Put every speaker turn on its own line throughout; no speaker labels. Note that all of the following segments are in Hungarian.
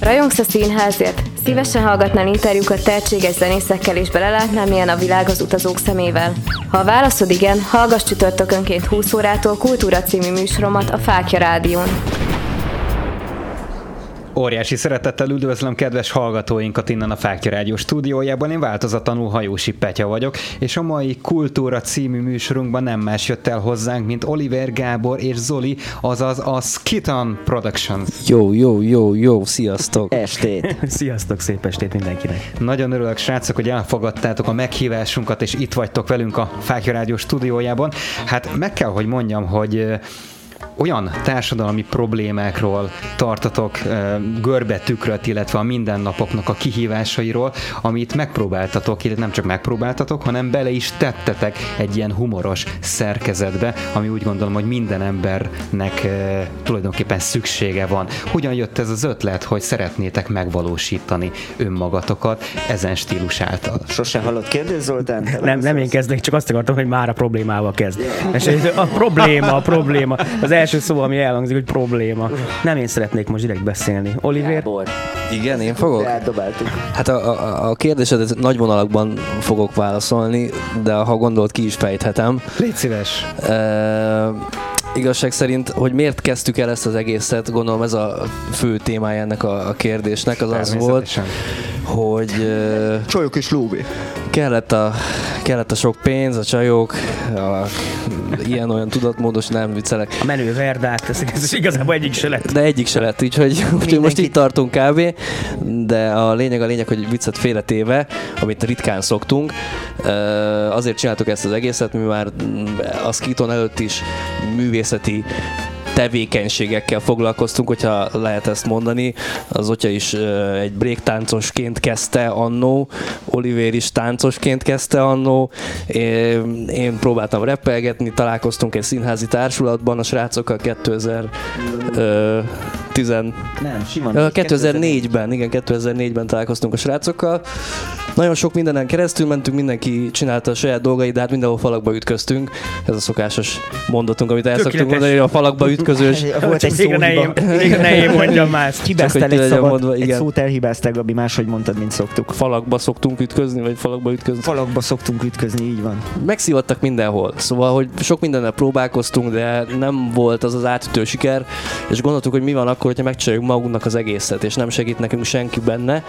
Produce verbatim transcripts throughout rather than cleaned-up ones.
Rajongsz a színházért? Szívesen hallgatnál interjúkat tehetséges zenészekkel és belelátnál, milyen a világ az utazók szemével? Ha a válaszod igen, hallgass csütörtökönként húsz órától Kultúra című műsoromat a Fáklya Rádión.
Óriási szeretettel üdvözlöm kedves hallgatóinkat innen a Fáklya Rádió stúdiójában. Én változatlanul Hajósi Petya vagyok, és a mai Kultúra című műsorunkban nem más jött el hozzánk, mint Oliver Gábor és Zoli, azaz a Skiton Productions.
Jó, jó, jó, jó, sziasztok!
Estét!
Sziasztok, szép estét mindenkinek!
Nagyon örülök, srácok, hogy elfogadtátok a meghívásunkat, és itt vagytok velünk a Fáklya Rádió stúdiójában. Hát meg kell, hogy mondjam, hogy olyan társadalmi problémákról tartatok görbetükröt, illetve a mindennapoknak a kihívásairól, amit megpróbáltatok, illetve nem csak megpróbáltatok, hanem bele is tettetek egy ilyen humoros szerkezetbe, ami úgy gondolom, hogy minden embernek e, tulajdonképpen szüksége van. Hogyan jött ez az ötlet, hogy szeretnétek megvalósítani önmagatokat ezen stílus által?
Sose hallott kérdés, Zoltán?
Nem, nem én kezdek, csak azt akartam, hogy már a problémával kezd. És a probléma, a probléma. Az első szó, ami elhangzik, hogy probléma. Nem én szeretnék most direkt beszélni. Oliver?
Gábor.
Igen, én fogok?
Eldobáltuk.
Hát a, a, a kérdésedet nagy vonalakban fogok válaszolni, de ha gondolt, ki is fejthetem.
Légy szíves!
E, igazság szerint, hogy miért kezdtük el ezt az egészet, gondolom ez a fő témája ennek a, a kérdésnek, az az volt, hogy e,
Csajok és lóvé.
Kellett a, kellett a sok pénz, a csajok, a, ilyen-olyan tudatmódos, nem viccelek.
A menő verdák, ez, ez igazából egyik se lett.
De egyik se lett, úgyhogy, úgyhogy most itt tartunk kb. De a lényeg a lényeg, hogy viccet félretéve, amit ritkán szoktunk, azért csináltuk ezt az egészet, mi már a Skiton előtt is művészeti tevékenységekkel foglalkoztunk, hogyha lehet ezt mondani. Az Otya is uh, egy breaktáncosként kezdte annó, Oliver is táncosként kezdte annó. Én, én próbáltam rappelgetni, találkoztunk egy színházi társulatban a srácokkal kétezer-tizen
Nem, simán.
kétezer-négyben, igen, kétezer-négyben találkoztunk a srácokkal. Nagyon sok mindenen keresztül mentünk, mindenki csinálta a saját dolgait, de hát mindenhol falakba ütköztünk. Ez a szokásos mondatunk, amit el szoktunk mondani, hogy a falakba ütközős.
Volt egy szóhiba.
Még ne én mondjam már.
Hibáztál egy szabad, mondva, egy szót elhibáztál, Gabi, máshogy mondtad, mint szoktuk.
Falakba szoktunk ütközni, vagy falakba ütközni?
Falakba szoktunk ütközni, így van.
Megszívattak mindenhol. Szóval, hogy sok mindennel próbálkoztunk, de nem volt az az átütő siker, és gondoltuk, hogy mi van akkor, hogyha megcsináljuk magunknak az egészet, és nem segít nekünk senki benne.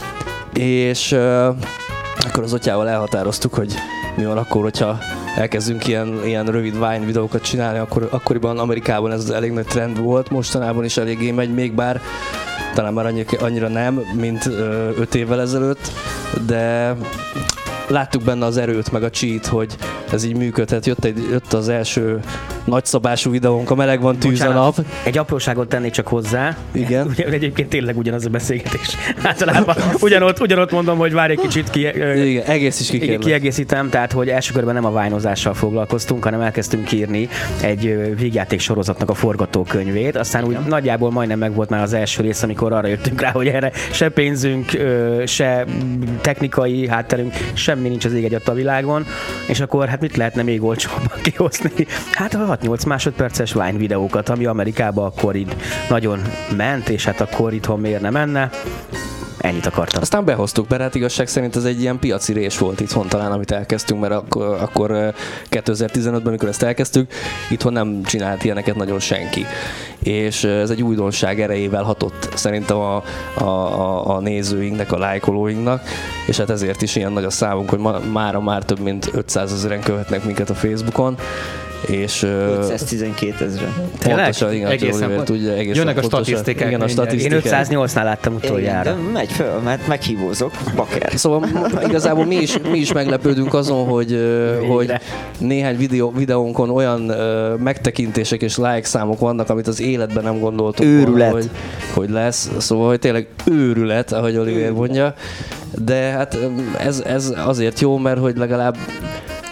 És uh, akkor az Otyával elhatároztuk, hogy mi van akkor, hogyha elkezdünk ilyen, ilyen rövid Vine videókat csinálni, akkor, akkoriban Amerikában ez elég nagy trend volt, mostanában is eléggé megy, még bár talán már annyira, annyira nem, mint öt évvel ezelőtt, de láttuk benne az erőt, meg a cheat, hogy ez így működhet. Jött, egy, jött az első nagyszabású videónk, a Meleg van tűz a nap.
Egy apróságot tennék csak hozzá.
Igen.
Ugye, egyébként tényleg ugyanaz a beszélgetés. Általában ugyanott, ugyanott mondom, hogy várj egy kicsit ki,
igen, egész is ki
kiegészítem, tehát hogy első körben nem a vájnozással foglalkoztunk, hanem elkezdtünk írni egy vígjáték sorozatnak a forgatókönyvét. Aztán úgy nagyjából majdnem megvolt már az első rész, amikor arra jöttünk rá, hogy erre se pénzünk, se technikai hátterünk, semmi nincs az ég egyet a világon, és akkor hát mit lehetne még olcsóbban kihozni? Hát a hat-nyolc másodperces Vine videókat, ami Amerikában akkor így nagyon ment, és hát akkor itthon miért nem menne. Ennyit akartam.
Aztán behoztuk, mert hát igazság szerint ez egy ilyen piaci rés volt itthon talán, amit elkezdtünk, mert akkor, akkor kétezer-tizenötben, amikor ezt elkezdtük, itthon nem csinált ilyeneket nagyon senki. És ez egy újdonság erejével hatott szerintem a, a, a, a nézőinknek, a lájkolóinknak, és hát ezért is ilyen nagy a számunk, hogy ma, mára már több mint ötszázezren követnek minket a Facebookon. És
ötszáztizenkétezer.
Pontosan, igen,
egészen
Oliver tudja, egészen
jönnek
pontosan.
a statisztikák.
Igen, a statisztikák.
Én ötszáznyolcnál láttam utoljára.
Igen, de megy föl, mert meghívózok, baker.
Szóval igazából mi is, mi is meglepődünk azon, hogy, hogy néhány videó, videónkon olyan uh, megtekintések és like számok vannak, amit az életben nem gondoltuk volna, hogy, hogy lesz. Szóval, hogy tényleg őrület, ahogy Oliver mondja. De hát ez, ez azért jó, mert hogy legalább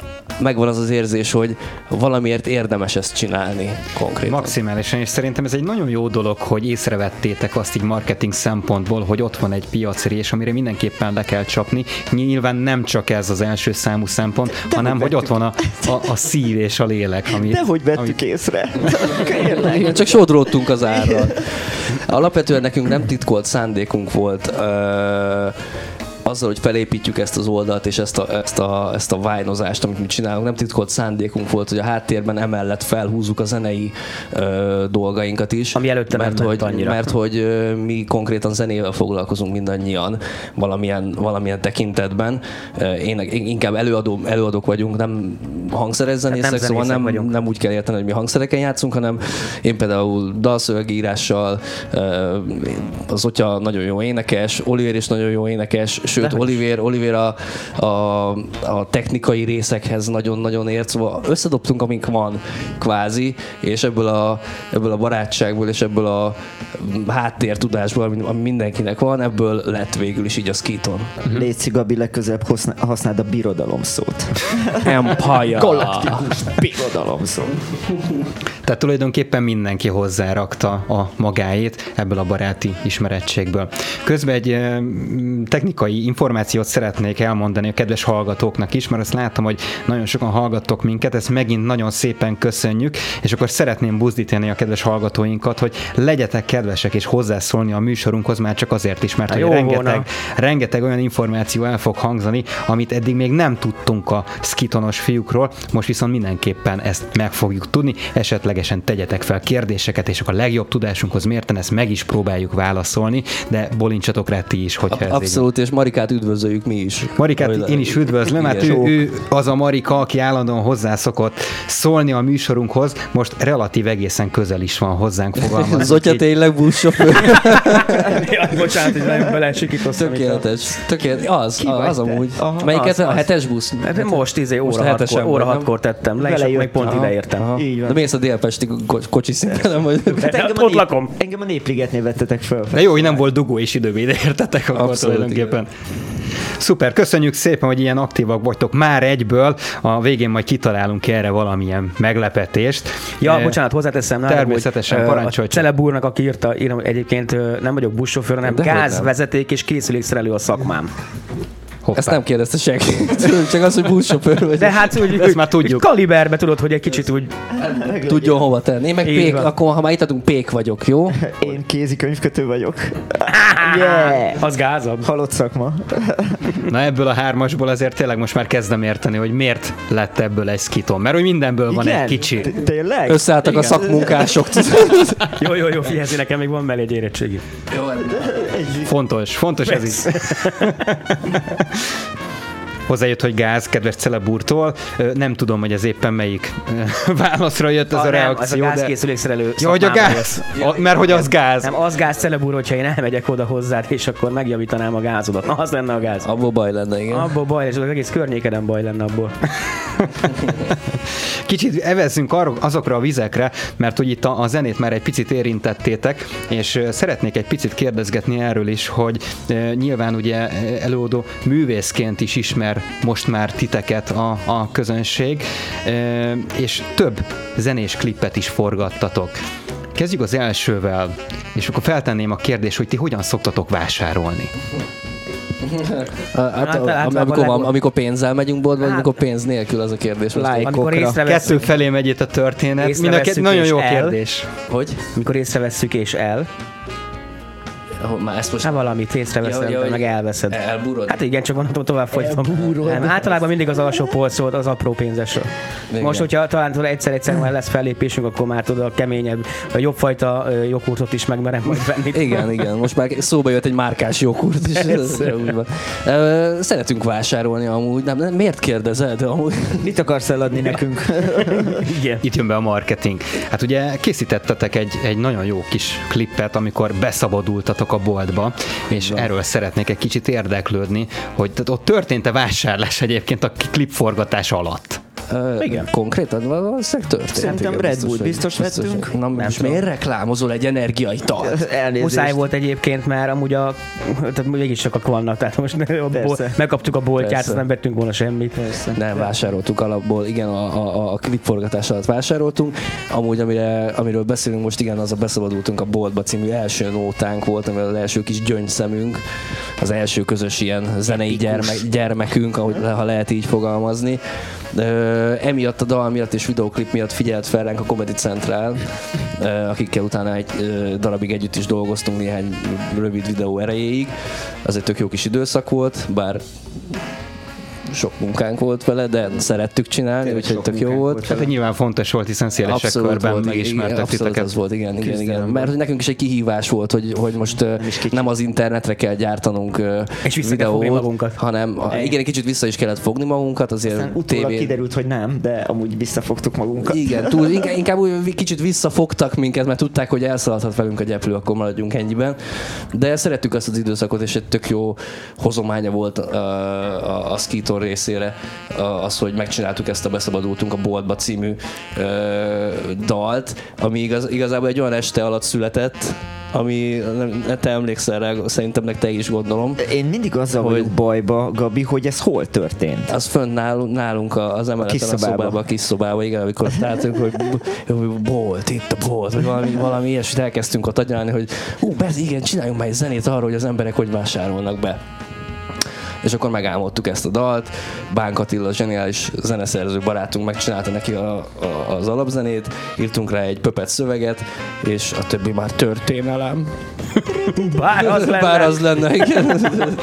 megvan az az érzés, hogy valamiért érdemes ezt csinálni konkrétan.
Maximálisan, és szerintem ez egy nagyon jó dolog, hogy észrevettétek azt így marketing szempontból, hogy ott van egy piacrés, amire mindenképpen le kell csapni. Nyilván nem csak ez az első számú szempont, de hanem hogy, hogy ott van a, a, a szív és a lélek. Amit,
Dehogy vettük
amit...
észre.
Igen, csak sodródtunk az árral. Alapvetően nekünk nem titkolt szándékunk volt uh, azzal, hogy felépítjük ezt az oldalt és ezt a, ezt a, ezt a vájnozást, amit mi csinálunk, nem titkolt szándékunk volt, hogy a háttérben emellett felhúzzuk a zenei ö, dolgainkat is.
Ami előtte
mert
nem
hogy,
annyira.
mert hogy ö, mi konkrétan zenével foglalkozunk mindannyian valamilyen, valamilyen tekintetben. Én, én inkább előadó, előadók vagyunk, nem hangszeres zenészek, hát szóval nem, nem úgy kell érteni, hogy mi hangszereken játszunk, hanem én például dalszövegírással, az Otya nagyon jó énekes, Oliver is nagyon jó énekes, sőt, Oliver, Oliver a, a, a technikai részekhez nagyon-nagyon ért, szóval összedobtunk, amink van kvázi, és ebből a, ebből a barátságból, és ebből a háttértudásból, ami mindenkinek van, ebből lett végül is így a Skiton.
Uh-huh. Léci, Gabi, legközelebb használd a birodalom szót.
Empire!
Galaktikus birodalom szót.
Tehát tulajdonképpen mindenki hozzárakta a magáét ebből a baráti ismerettségből. Közben egy e, technikai információt szeretnék elmondani a kedves hallgatóknak is, mert azt látom, hogy nagyon sokan hallgattok minket, ezt megint nagyon szépen köszönjük, és akkor szeretném buzdítani a kedves hallgatóinkat, hogy legyetek kedvesek és hozzászólni a műsorunkhoz, már csak azért is, mert hogy rengeteg, rengeteg olyan információ el fog hangzani, amit eddig még nem tudtunk a skitonos fiúkról, most viszont mindenképpen ezt meg fogjuk tudni, esetlegesen tegyetek fel kérdéseket, és akkor a legjobb tudásunkhoz mérten ezt meg is próbáljuk válaszolni, de bolincsatok rá ti is, hogyha ez
abszolút, és Marikát üdvözöljük mi is.
Marikát én is üdvözlöm, hát ő, ő az a Marika, aki állandóan hozzászokott szólni a műsorunkhoz, most relatív egészen közel is van hozzánk, fogalmazunk.
Zotya tényleg buszsofőr.
Bocsánat, hogy nagyon belesikítottam.
Tökéletes. Tökéletes. Az, az amúgy. Aha, melyiket? A hetes busz?
Hát most izé óra hatkor, óra hatkor tettem le, és akkor még pont ide értem.
De mész a délpesti kocsi szinten, vagy?
Ott lakom.
Engem a Népligetnél vettetek föl.
De jó, hogy nem volt dugó és időben ide értetek akkor tulajdonképpen. Szuper, köszönjük szépen, hogy ilyen aktívak vagytok már egyből, a végén majd kitalálunk erre valamilyen meglepetést.
Ja, e, bocsánat, hozzáteszem.
Természetesen, parancsolj.
A Celeb úrnak, aki írta, írom, egyébként nem vagyok buszsofőr, hanem gázvezeték és készülékszerelő a szakmám.
Hoppá. Ezt nem kérdezte senki. Csak az, hogy buszsofőr vagy.
De hát úgy, ezt már tudjuk. Kaliberbe tudod, hogy egy kicsit úgy...
Tudjon hova tenni. Én meg pék, akkor ha már itt adunk, pék vagyok, jó?
Én kézikönyvkötő vagyok.
Yeah. Az gázabb.
Halott szakma.
Na ebből a hármasból azért tényleg most már kezdem érteni, hogy miért lett ebből egy skiton. Mert hogy mindenből van egy kicsi.
Tényleg?
Összeálltak a szakmunkások.
Jó, jó, jó, figyelj, nekem még van mellé egy érettségi.
Fontos, fontos ez is. Hozzájött, hogy gáz, kedves Celeb úrtól. Nem tudom, hogy ez éppen melyik válaszra jött ez a, a reakció.
Nem, az a gázkészülékszerelő
ja, hogy a gáz? A, mert hogy az gáz.
Nem, az gáz, Celeb úr, hogyha én elmegyek oda hozzád, és akkor megjavítanám a gázodat. Na, az lenne a gáz.
Abból baj lenne, igen.
Abból baj, és az egész környékeden baj lenne abból.
Kicsit evezzünk azokra a vizekre, mert hogy itt a, a zenét már egy picit érintettétek, és szeretnék egy picit kérdezgetni erről is, hogy e, nyilván ugye előadó művészként is ismer most már titeket a, a közönség, e, és több zenés klippet is forgattatok. Kezdjük az elsővel, és akkor feltenném a kérdést, hogy ti hogyan szoktatok vásárolni?
Hát, hát, amikor, van, amikor pénzzel megyünk boltba, vagy amikor pénz nélkül, az a kérdés.
Kettő felé megy itt a történet. Mind a két, nagyon jó el. kérdés.
Hogy?
Amikor észrevesszük és el.
Már ezt most...
Hát valamit észreveszem, ja, ja, meg elveszed.
Elbúrod?
Hát igen, csak gondoltam, tovább folytom. Nem, általában mindig az alsó polcról, az apró pénzesről. Igen. Most, hogyha talán egyszer-egyszer már lesz fellépésünk, akkor már tudod, a keményebb, a jobb fajta joghurtot is megmerem majd venni.
Igen, igen. Most már szóba jött egy márkás joghurt is. Szeretünk vásárolni amúgy. Nem, nem, miért kérdezed amúgy?
Mit akarsz eladni nekünk?
Igen. Itt jön be a marketing. Hát ugye készítettetek egy, egy nagyon jó kis klippet, amikor beszabadultatok a boltba, és van. Erről szeretnék egy kicsit érdeklődni, hogy ott történt-e vásárlás egyébként a klipforgatás alatt?
Uh, igen. Konkrétan valószínűleg történt.
Szerintem Red Bull biztos, biztos vettünk.
Na, most miért reklámozol egy energiaitalt?
Muszáj volt egyébként, mert amúgy a... Tehát mégis sokak vannak, tehát most megkaptuk a boltját, azt nem vettünk volna semmit.
Persze. Nem, vásároltuk alapból, igen, a, a, a klipforgatás alatt vásároltunk. Amúgy, amire, amiről beszélünk most, igen, az a Beszabadultunk a boltba című első nótánk volt, amivel az első kis gyöngyszemünk, az első közös ilyen zenei gyermek, gyermekünk, ahogy, ha lehet így fogalmazni. Uh, emiatt a dal miatt és videóklip miatt figyelt fel ránk a Comedy Central, uh, akikkel utána egy uh, darabig együtt is dolgoztunk néhány rövid videó erejéig. Az egy tök jó kis időszak volt, bár sok munkánk volt vele, de szerettük csinálni, tényleg úgyhogy tök jó volt.
Hát nyilván fontos volt, hiszen szélesek körben megismertek titeket.
Az volt, igen, igen, igen. Mert hogy nekünk is egy kihívás volt, hogy, hogy most nem, nem az internetre kell gyártanunk
és vissza kell fogni magunkat.
Hanem igen, egy kicsit vissza is kellett fogni magunkat. Azért
aztán utólag tévén... kiderült, hogy nem, de amúgy visszafogtuk magunkat.
Igen, túl, inkább, inkább úgy kicsit visszafogtak minket, mert tudták, hogy elszaladhat velünk a gyeplő, akkor maradjunk ennyiben. De szerettük azt az időszakot, és egy tök jó hozománya volt a, a, a Skiton részére az, hogy megcsináltuk ezt a Beszabadultunk a boltba című ö, dalt, ami igaz, igazából egy olyan este alatt született, ami nem, te emlékszel rá, szerintem meg te is gondolom.
Én mindig azzal vagyok bajba, Gabi, hogy ez hol történt?
Az fönt nálunk, nálunk az emeleten a, a szobában, a kis szobában, igen, amikor láttunk, hogy, hogy bolt, itt a bolt, vagy valami, valami ilyesmit elkezdtünk ott agyalni, hogy hú, bez, igen, csináljunk már egy zenét arról, hogy az emberek hogy vásárolnak be. És akkor megálmodtuk ezt a dalt. Bánk Attila, zseniális zeneszerző barátunk megcsinálta neki a, a, az alapzenét, írtunk rá egy pöpet szöveget, és a többi már történelem.
Bár az lenne.
Bár az lenne, igen.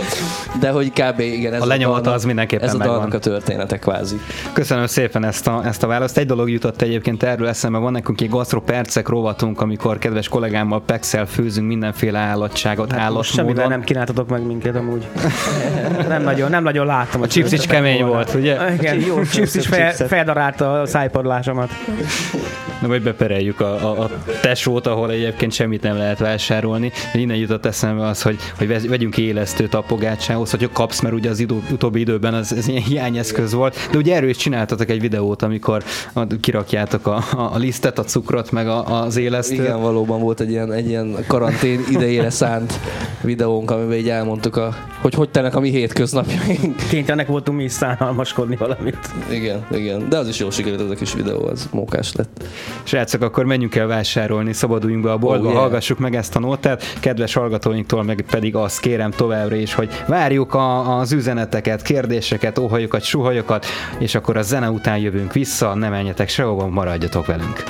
De hogy kb. Igen, ez
a lenyomata az mindenképpen
ez a
megvan.
dalnak a története kvázi.
Köszönöm szépen ezt a, ezt a választ. Egy dolog jutott egyébként erről eszembe, van nekünk egy gasztropercek rovatunk, amikor kedves kollégámmal Pexel főzünk mindenféle állatságot, hát állatmódon.
Semmivel nem kínáltatok meg minket amúgy. Nem nagyon, nem nagyon láttam.
A chips is kemény volt, ugye?
Igen, jó, chips is fel, feldarálta a szájpadlásomat.
Na, vagy bepereljük a, a, a tesót, ahol egyébként semmit nem lehet vásárolni. Innen jutott eszembe az, hogy, hogy vegyünk élesztőt a pogácsához, hogy kapsz, mert ugye az idő, utóbbi időben az, ez ilyen hiányeszköz volt. De ugye erről is csináltatok egy videót, amikor kirakjátok a, a lisztet, a cukrot, meg a, az élesztőt.
Igen, valóban volt egy ilyen, egy ilyen karantén idejére szánt videónk, amiben így elmondtuk, a, hogy hogy telnek a mi hétköznapjaink.
Kénytelenek voltunk mi is szánalmaskodni valamit.
Igen, igen, de az is jól sikerült ez a kis videó, az mókás lett.
Srácok, akkor menjünk el vásárolni, szabaduljunk be a boltba, oh, yeah. Hallgassuk meg ezt a nótát, kedves hallgatóinktól meg pedig azt kérem továbbra is, hogy várjuk a, az üzeneteket, kérdéseket, óhajokat, suhajokat, és akkor a zene után jövünk vissza, ne menjetek sehova, maradjatok velünk.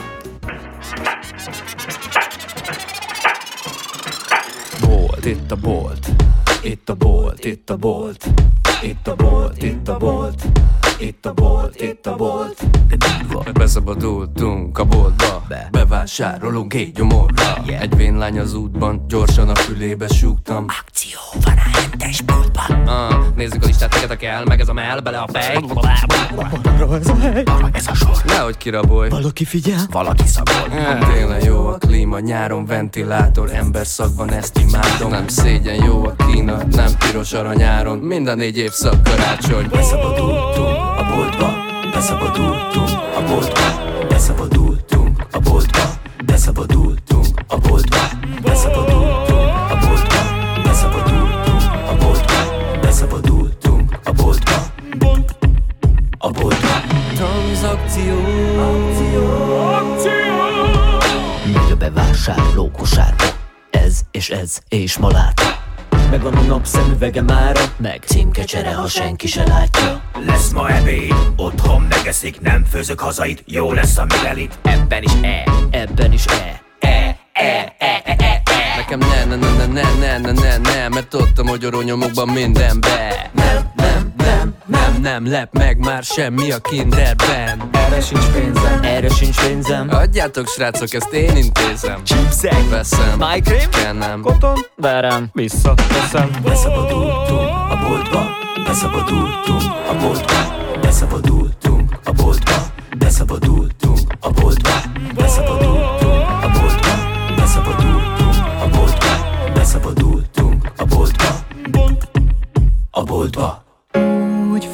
Bolt, itt a bolt, itt a bolt, itt a bolt, itt a bolt, itt a bolt. Itt a bolt, itt a bolt. Beszabadultunk a boltba, Be. Bevásárolunk egy gyomorra, yeah. Egy vénlány az útban, gyorsan a fülébe súgtam. Akció van a hentes boltban. uh, Nézzük a listát, neked a kell, meg ez a mell, bele a fej.
Arra ez a hely,
arra ez a sor. Nehogy kirabolj,
valaki figyel,
valaki szagol. yeah. Télen jó a klíma, nyáron ventilátor, ember szakban ezt imádom. Nem szégyen jó a Kína, nem piros aranyáron, minden négy évszak karácsony. Beszabadultunk a boltba, beszabadultunk a boltba, beszabadultunk a boltba, beszabadultunk a boltba, beszabadultunk a boltba, beszabadultunk a boltba, beszabadultunk a boltba, a boltba. Transzakció, akció, akció. Megy a bevásárló kosárba, ez és ez és malát. Megvan a napszemüvege mára, meg címkecsere, ha senki se látja. Lesz ma ebéd, otthon megeszik, nem főzök hazait, jó lesz a mirelit. Ebben is e, ebben is e, e, e, e, e, e, e. Nekem ne, ne, ne, ne, ne, ne, ne, ne, mert ott a magyarónyomokban mindenbe. Nem, nem, nem, nem, nem lep meg már semmi a kinderben. Erre sincs pénzem, erre sincs pénzem. Adjátok srácok, ezt én intézem. Chipsek, veszem, májkrém, kennem, koton, verem, vissza, veszem. Beszabadultunk a boltba, beszabadultunk a boltba, beszabadultunk a boltba, beszabadultunk a boltba, beszabadultunk a boltba, beszabadultunk a boltba, beszabadultunk a boltba, a boltba. Úgy fáj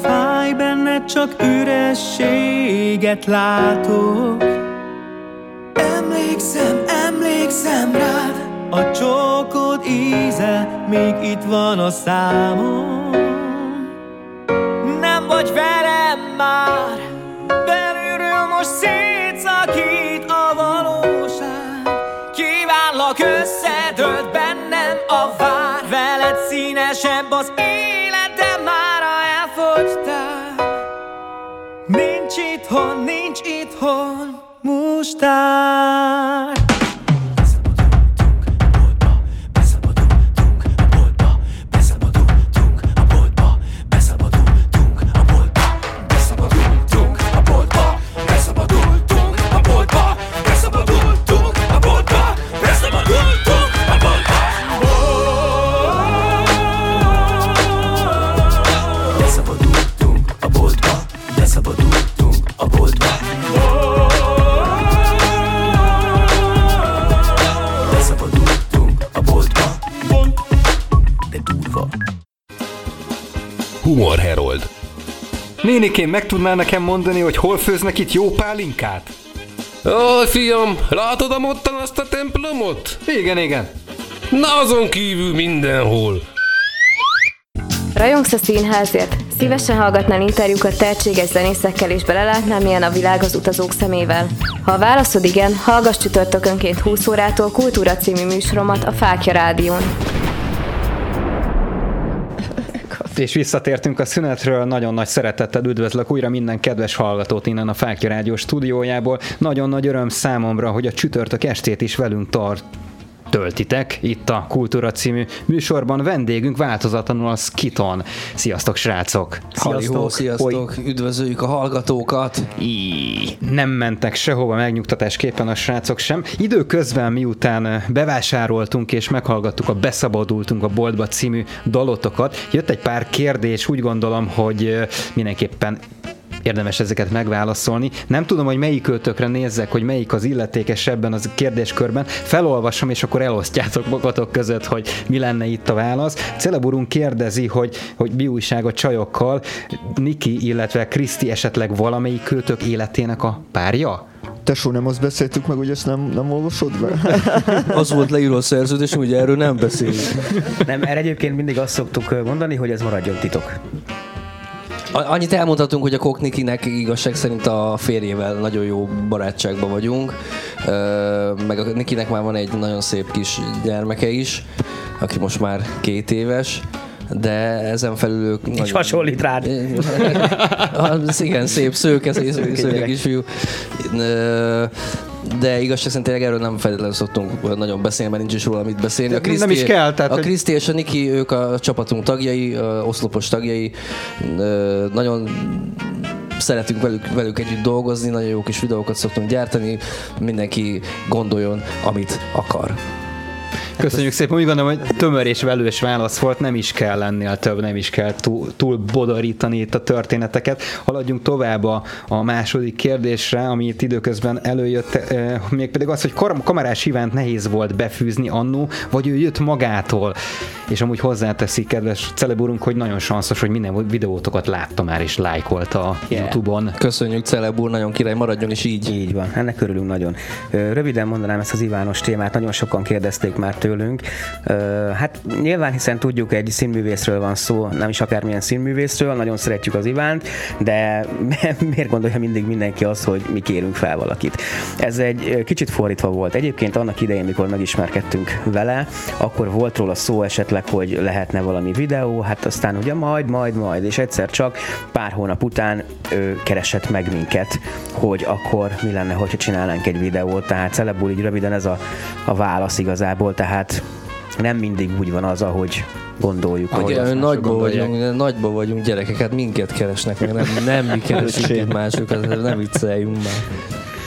fáj, benned csak ürességet látok. Emlékszem, emlékszem rád, a csókod íze még itt van a számon. Nem vagy velem már, belülről most szétszakít a valóság. Kívánlak, összedőlt bennem a vár. Veled színesebb az életem, mára elfogytál. Nincs itthon, nincs itthon mustár.
Humor Herold.
Nénikém, meg tudnál nekem mondani, hogy hol főznek itt jó pálinkát?
Ó, fiam, látod a mottan azt a templomot?
Igen, igen.
Na, azon kívül mindenhol.
Rajongsz a színházért? Szívesen hallgatnál interjúkat tehetséges zenészekkel és belelátnál, milyen a világ az utazók szemével. Ha a válaszod igen, hallgass csütörtökönként húsz órától Kultúra című műsoromat a Fáklya Rádión.
És visszatértünk a szünetről, nagyon nagy szeretettel üdvözlök újra minden kedves hallgatót innen a Fáklya Rádió stúdiójából. Nagyon nagy öröm számomra, hogy a csütörtök estét is velünk tart. Töltitek itt a Kultúra című műsorban. Vendégünk változatlanul a Skiton. Sziasztok, srácok!
Sziasztok! Sziasztok! Üdvözöljük a hallgatókat!
Í, nem mentek sehova megnyugtatásképpen a srácok sem. Időközben miután bevásároltunk és meghallgattuk a Beszabadultunk a boltba című dalotokat, jött egy pár kérdés, úgy gondolom, hogy mindenképpen érdemes ezeket megválaszolni. Nem tudom, hogy melyik őtökre nézzek, hogy melyik az illetékes ebben az kérdéskörben. Felolvasom, és akkor elosztjátok magatok között, hogy mi lenne itt a válasz. Celeburunk kérdezi, hogy, hogy mi újság a csajokkal. Niki, illetve Kriszti esetleg valamelyik őtök életének a párja?
Tesó, nem azt beszéltük meg, hogy ezt nem, nem olvasod be?
Az volt leíró a szerződés, hogy erről nem beszélünk.
Nem, erre egyébként mindig azt szoktuk mondani, hogy ez maradjon titok.
Annyit elmondhatunk, hogy a Koknikinek igazság szerint a férjével nagyon jó barátságban vagyunk, meg a Nikinek már van egy nagyon szép kis gyermeke is, aki most már két éves, de ezen felül ők...
És hasonlít rád.
Igen, szép, szőke, szőke kisfiú. De igazság szerint tényleg erről nem feltétlenül szoktunk nagyon beszélni, mert nincs is róla mit beszélni. A Kriszti,
nem is kell. Tehát,
a Kriszti és a Niki, ők a csapatunk tagjai, a oszlopos tagjai. Nagyon szeretünk velük, velük együtt dolgozni, nagyon jó kis videókat szoktunk gyártani. Mindenki gondoljon, amit akar.
Köszönjük szépen, úgy gondolom, hogy tömör és velős válasz volt, nem is kell lennél több, nem is kell túl, túl bodorítani itt a történeteket. Haladjunk tovább a, a második kérdésre, ami itt időközben előjött, eh, mégpedig az, hogy Kamarás Ivánt nehéz volt befűzni annó, vagy ő jött magától. És amúgy hozzáteszi, kedves Celeburunk, hogy nagyon sanszos, hogy minden videótokat látta már és lájkolta a yeah. YouTube-on.
Köszönjük, Celebur, nagyon király, maradjon is így.
Így van, ennek örülünk nagyon. Röviden mondanám ezt az Ivános témát, nagyon sokan kérdezték már tőlünk. Hát nyilván, hiszen tudjuk, egy színművészről van szó, nem is akármilyen színművészről, nagyon szeretjük az Ivánt, de miért gondolja mindig mindenki azt, hogy mi kérünk fel valakit? Ez egy kicsit fordítva volt. Egyébként annak idején, mikor megismerkedtünk vele, akkor volt róla szó esetleg, hogy lehetne valami videó, hát aztán ugye majd, majd, majd, és egyszer csak pár hónap után ő keresett meg minket, hogy akkor mi lenne, hogyha csinálnánk egy videót, tehát Celebul, így röviden ez a, a válasz igazából, tehát nem mindig úgy van az, ahogy gondoljuk.
Ahogy ugye, nagyba vagyunk, nagyba vagyunk gyerekeket, minket keresnek, meg nem, nem mi keresünk másokat, nem vicceljünk már.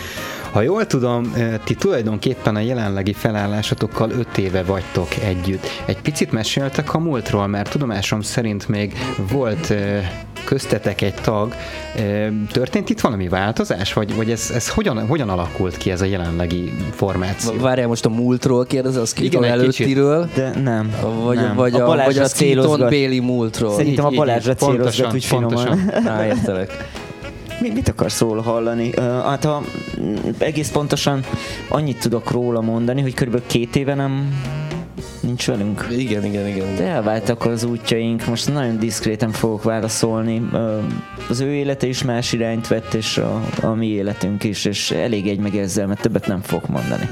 Ha jól tudom, ti tulajdonképpen a jelenlegi felállásatokkal öt éve vagytok együtt. Egy picit meséltek a múltról, mert tudomásom szerint még volt köztetek egy tag. Történt itt valami változás? Vagy, vagy ez, ez hogyan, hogyan alakult ki ez a jelenlegi formáció?
Várjál, most a múltról kérdezel, a Skiton előttiről?
De nem.
Vagy,
nem.
vagy a, a, vagy a Skiton Béli múltról?
Szerintem így, a Balázsra célozgat úgy finoman.
Á, értelek.
Mi, mit akarsz róla hallani? Uh, hát ha egész pontosan annyit tudok róla mondani, hogy körülbelül két éve nem nincs velünk.
Igen, igen, igen.
De elváltak az útjaink, most nagyon diszkréten fogok válaszolni. Uh, az ő élete is más irányt vett, és a, a mi életünk is, és elég egy meg ezzel, mert többet nem fogok mondani.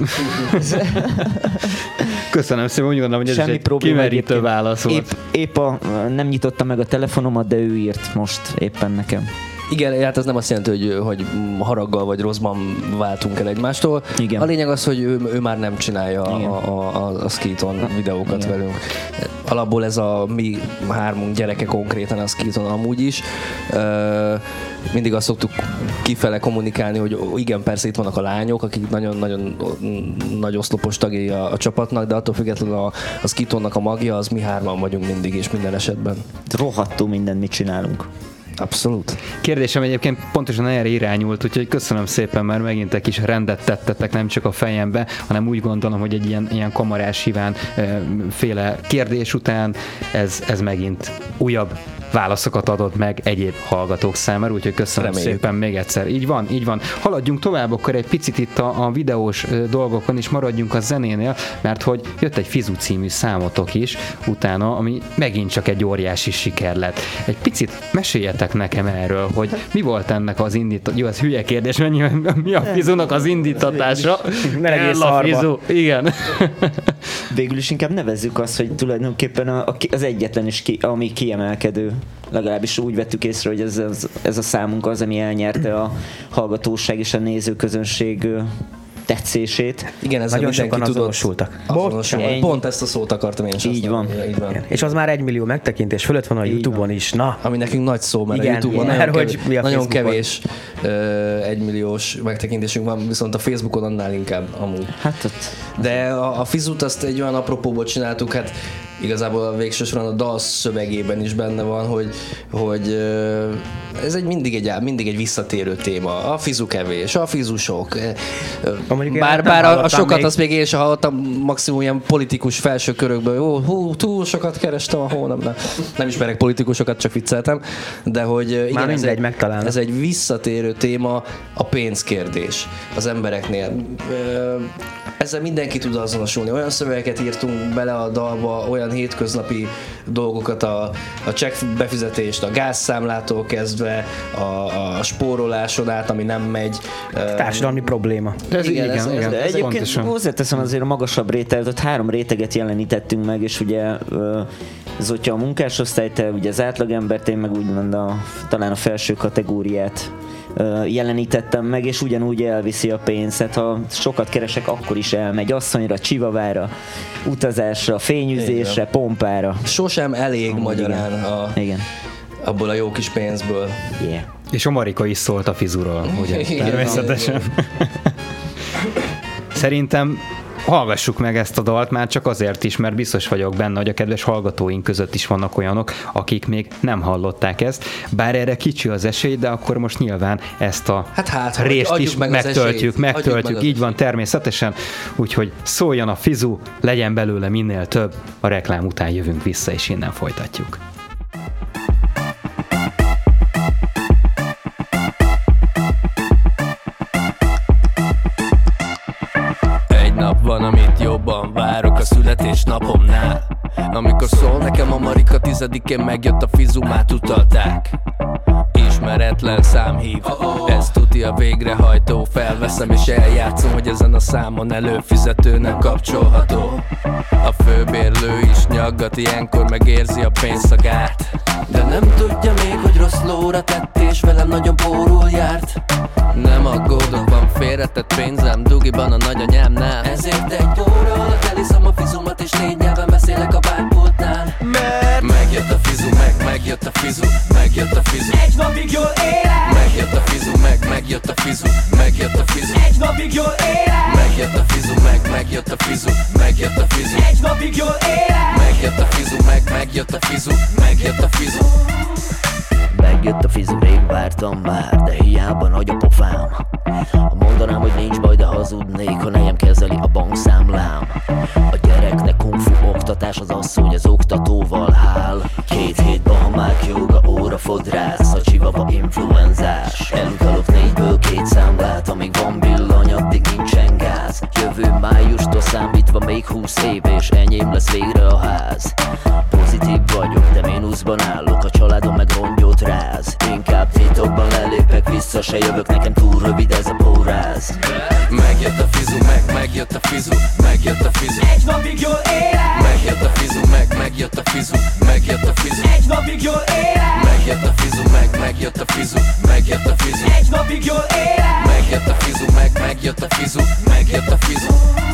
Köszönöm szépen, úgy gondolom, hogy ez semmi is egy kimerítő válasz volt.
Épp, épp a, nem nyitottam meg a telefonomat, de ő írt most éppen nekem.
Igen, hát ez nem azt jelenti, hogy, hogy haraggal vagy rosszban váltunk el egymástól. Igen. A lényeg az, hogy ő, ő már nem csinálja a, a, a, a Skiton videókat igen. velünk. Alapból ez a mi hármunk gyereke konkrétan a Skiton amúgy is. Uh, mindig azt szoktuk kifele kommunikálni, hogy igen, persze itt vannak a lányok, akik nagyon-nagyon nagy oszlopos tagjai a, a csapatnak, de attól függetlenül a, a Skitonnak a magja, az mi hárman vagyunk mindig és minden esetben.
Rohadtul mindent mit csinálunk.
Abszolút.
Kérdésem egyébként pontosan erre irányult, úgyhogy köszönöm szépen, mert megint egy kis rendet tettetek nem csak a fejembe, hanem úgy gondolom, hogy egy ilyen, ilyen kamarás híván féle kérdés után ez, ez megint újabb válaszokat adott meg egyéb hallgatók számára, úgyhogy köszönöm Reméljük. szépen még egyszer. Így van, így van. Haladjunk tovább, akkor egy picit itt a, a videós dolgokon is maradjunk a zenénél, mert hogy jött egy Fizu című számotok is utána, ami megint csak egy óriási siker lett. Egy picit meséljetek nekem erről, hogy mi volt ennek az indítatás. Jó, ez hülye kérdés, mennyi, mi a Fizunak az indítatása?
Ne legyél szarba.
Igen.
Végül is inkább nevezzük azt, hogy tulajdonképpen a, az egyetlen is, ki, ami kiemelkedő. Legalábbis úgy vettük észre, hogy ez, ez, ez a számunk az, ami elnyerte a hallgatóság és a nézőközönség tetszését.
Igen, ez
nagyon sokan azonosultak.
Azonosultak. Pont ezt a szót akartam én is.
Így van.
Így van.
És az már egy millió megtekintés fölött van a YouTube-on is. Na.
Ami nekünk nagy szó, mert igen, a YouTube-on igen, nagyon, kevés, hogy nagyon kevés uh, egymilliós megtekintésünk van, viszont a Facebookon annál inkább amúgy.
Hát ott.
De a, a Fizut azt egy olyan apropóból csináltuk, hát igazából a végső soron a dal szövegében is benne van, hogy, hogy ez egy mindig, egy mindig egy visszatérő téma. A Fizu kevés, a Fizu sok. Bár, bár a, a sokat még... azt még én sem hallottam, maximum ilyen politikus felső körökből, jó, hú, túl sokat kerestem a hónapban. Nem ismerek politikusokat, csak vicceltem, de hogy igen, ez egy, ez egy visszatérő téma, a pénzkérdés az embereknél. Ezzel mindenki tud azonosulni. Olyan szövegeket írtunk bele a dalba, olyan hétköznapi dolgokat, a, a csekk befizetést, a gázszámlától kezdve, a, a spóroláson át, ami nem megy.
Társadalmi probléma.
Ez igen, igen, ez, igen, de ez egyébként hozzáteszem azért a magasabb réteget, ott három réteget jelenítettünk meg, és ugye ez hogyha a munkásosztály, te ugye az átlagembert, én meg úgymond a, talán a felső kategóriát jelenítettem meg, és ugyanúgy elviszi a pénzt. Ha sokat keresek, akkor is elmegy asszonyra, csivavára, utazásra, fényűzésre, pompára.
Sosem elég Amúgy magyarán a,
igen.
abból a jó kis pénzből.
Yeah.
És a Marika is szólt a Fizuról, ugye? Természetesen. Szerintem hallgassuk meg ezt a dalt már csak azért is, mert biztos vagyok benne, hogy a kedves hallgatóink között is vannak olyanok, akik még nem hallották ezt. Bár erre kicsi az esély, de akkor most nyilván ezt a
hát, hát,
részt is meg megtöltjük, megtöltjük, így van természetesen. Úgyhogy szóljon a Fizu, legyen belőle minél több, a reklám után jövünk vissza, és innen folytatjuk.
Van, amit jobban várok a születésnapomnál. Amikor szól nekem a Marika, tizedikén megjött a Fizumát utalták. Ismeretlen szám hív, ez tuti a végrehajtó. Felveszem és eljátszom, hogy ezen a számon előfizetőnek kapcsolható. A főbérlő is nyaggat, ilyenkor megérzi a pénzszagát. De nem tudja még, hogy rossz lóra tett, és velem nagyon pórul járt. Nem aggódok, van félretett pénzem, dugiban a nagyanyámnál. Ezért egy óra alatt eliszom a Fizumat, és négy nyelven beszélek a bánkpultnál. Mert megjön Megjött a fizu, meg, megjött a fizu, megjött a fizu.
Egy napig jól élek.
Megjött a fizu, meg, megjött a fizu, megjött a fizu.
Egy napig jól élek.
Megjött a fizu, meg, megjött a fizu, megjött a fizu.
Egy napig jól élek.
Megjött a fizu, meg, megjött a fizu, megjött a fizu.
Megjött a fizu, rég vártam már, de hiába nagy a pofám. Ha mondanám, hogy nincs baj, de hazudnék, ha nejem kezeli a bankszámlám. A gyereknek kung fu oktatás, az asszony az oktatóval hál. Két hét bahamák, joga, óra, fodrász, a csivava influenzás. Elutalok négyből két számlát, amíg van villany, addig nincsen gáz. Jövő májustól számítva még húsz év, és enyém lesz végre a ház. Pozitív vagyok, de mínuszban állok, a családom meg rongyot ráz. Inkább titokban lelépek, vissza se jövök, nekem túl rövid ez a póráz.
Megjött a fizu, meg, megjött a fizu, megjött a fizu.
Egy napig jól élek.
Megjött a fizu, meg, megjött a fizu, megjött a fizu.
Egy napig jól élek.
Megjött a fizu, meg, megjött a fizu, megjött a fizu.
Egy napig jól élek.
Megjött a fizu, meg, megjött a fizu, megjött a fizu.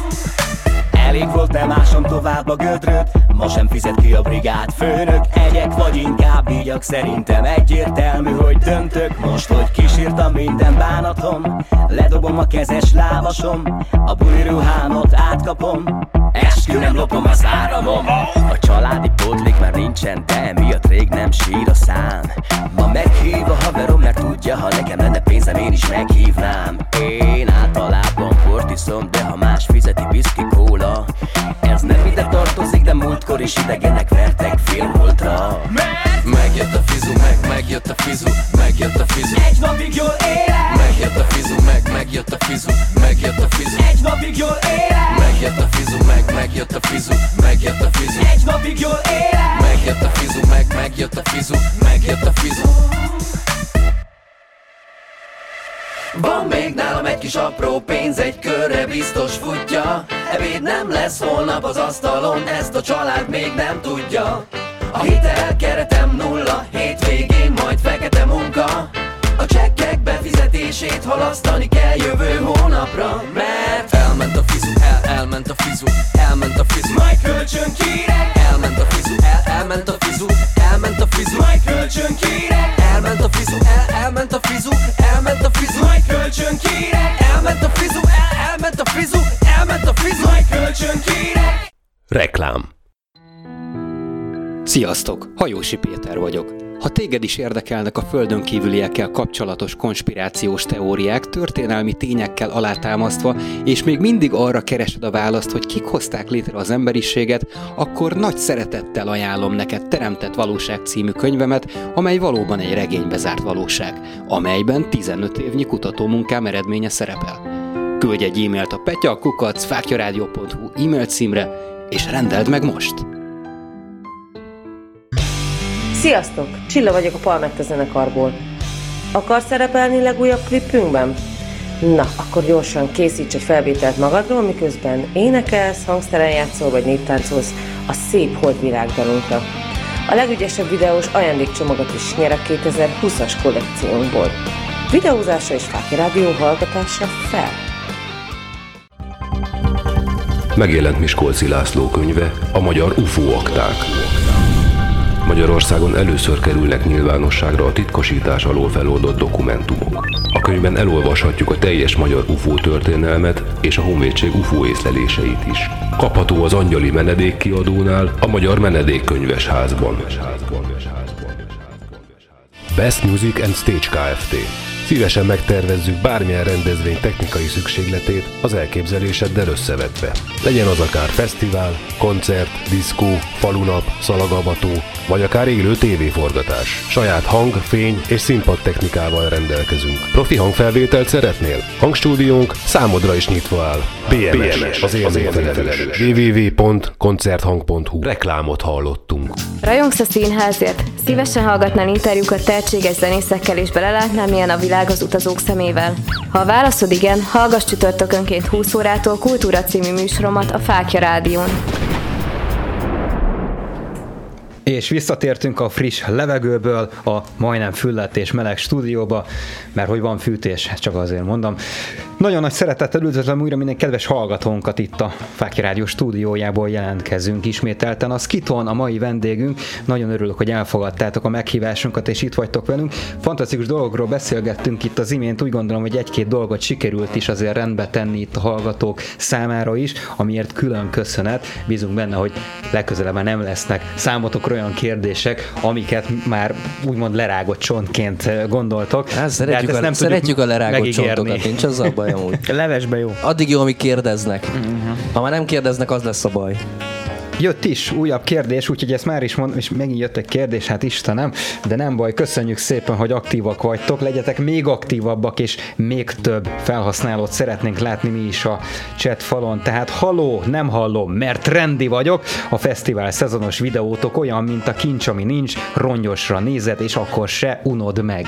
Elég volt, nem ásom tovább a gödröt, ma sem fizet ki a brigád főnök. Egyek vagy inkább ígyak, szerintem egyértelmű, hogy döntök. Most, hogy kísírtam minden bánatom, ledobom a kezes lábasom, a buli ruhámot átkapom, eskü nem lopom az áramom.
A családi pótlék már nincsen, de miatt rég nem sír a szám.
Ma meghív a haverom, mert tudja, ha nekem lenne pénzem, én is meghívnám.
Én általában port iszom, de ha más fizeti, viszki, kóla.
Ez nem ide tartozik, de múltkor is idegenek vertek félholtra.
Megjött a fizu, meg, megjött a fizu, megjött a fizu.
Egy napig jól élek.
Megjött a fizu, meg, megjött a fizu, megjött a fizu.
Egy napig jól élek.
Megjött a fizu, meg, megjött a fizu, megjött a fizu.
Egy napig jól élek.
Megjött a fizu, meg, megjött a fizu, megjött a fizu. Van még nálam egy kis apró pénz, egy körre biztos futja. Ebéd nem lesz holnap az asztalon, ezt a család még nem tudja. A hitel keretem nulla, hétvégén majd fekete munka. A csekkek befizetését halasztani kell jövő hónapra. Mert elment a fizu, el, elment a fizu, elment a fizu.
Majd kölcsön kérek.
Elment a fizu, el, elment a fizu, elment a fizu.
Majd kölcsön kérek.
Elment a fizu, el, elment a fizu, elment a fizu.
Majd kölcsön kérek.
Elment a fizu, el, elment a fizu, elment a fizu.
Majd kölcsön kérek.
Reklám. Sziasztok, Hajósi Péter vagyok. Ha téged is érdekelnek a földön kívüliekkel kapcsolatos konspirációs teóriák, történelmi tényekkel alátámasztva, és még mindig arra keresed a választ, hogy kik hozták létre az emberiséget, akkor nagy szeretettel ajánlom neked Teremtett Valóság című könyvemet, amely valóban egy regénybe zárt valóság, amelyben tizenöt évnyi kutatómunkám eredménye szerepel. Küldj egy e-mailt a petya kukac fáklyaradio pont hu e-mail címre, és rendeld meg most!
Sziasztok! Csilla vagyok a Palmetta zenekarból. Akarsz szerepelni legújabb klipünkben? Na, akkor gyorsan készíts egy felvételt magadról, miközben énekelsz, hangszeren játszol vagy néptáncolsz a szép holdvirágdalunkra. A legügyesebb videós ajándékcsomagot is nyerek kétezer-húszas kollekciónkból. Videózása és Fákly Rádió hallgatása fel!
Megjelent Miskolci László könyve, a magyar u f o akták. Magyarországon először kerülnek nyilvánosságra a titkosítás alól feloldott dokumentumok. A könyvben elolvashatjuk a teljes magyar u f o történelmet és a Honvédség u f o észleléseit is. Kapható az Angyali Menedék kiadónál, a Magyar Menedékkönyves Házban. Best Music and Stage Kft. Szívesen megtervezzük bármilyen rendezvény technikai szükségletét az elképzeléseddel összevetve. Legyen az akár fesztivál, koncert, diszkó, falunap, szalagavató, vagy akár élő tévéforgatás. Saját hang, fény és színpad technikával rendelkezünk. Profi hangfelvételt szeretnél? Hangstúdiónk számodra is nyitva áll. bé em es, az élményfelelős. double-u double-u double-u pont koncerthang pont hu. Reklámot hallottunk.
Rajongsz a színházért? Szívesen hallgatnál interjúkat tehetséges zenészekkel és belelátnál, milyen a világ az utazók szemével? Ha a válaszod igen, hallgass csütörtökönként húsz órától Kultúra című műsoromat a Fákly Rádión.
És visszatértünk a friss levegőből a majdnem fülledt és meleg stúdióba, mert hogy van fűtés, csak azért mondom. Nagyon nagy szeretettel üdvözlöm újra minden kedves hallgatónkat itt a Fáky Rádió stúdiójából jelentkezünk ismételten. A Skiton a mai vendégünk, nagyon örülök, hogy elfogadtátok a meghívásunkat és itt vagytok velünk. Fantasztikus dolgokról beszélgettünk itt az imént, úgy gondolom, hogy egy-két dolgot sikerült is azért rendbe tenni itt a hallgatók számára is, amiért külön köszönet. Bízunk benne, hogy legközelebb már nem lesznek számotokra olyan kérdések, amiket már úgymond lerágott csontként gondoltok.
Hát, szeretjük, hát a, nem szeretjük a lerágott megígérni. Csontokat, nincs az a baj amúgy.
Levesbe jó.
Addig jó, amíg kérdeznek. Uh-huh. Ha már nem kérdeznek, az lesz a baj.
Jött is újabb kérdés, úgyhogy ezt már is mondom, és megint jött egy kérdés, hát Istenem, de nem baj, köszönjük szépen, hogy aktívak vagytok, legyetek még aktívabbak, és még több felhasználót szeretnénk látni mi is a chat falon. Tehát halló, nem hallom, mert trendi vagyok, a fesztivál szezonos videótok olyan, mint a kincs, ami nincs, rongyosra nézed, és akkor se unod meg.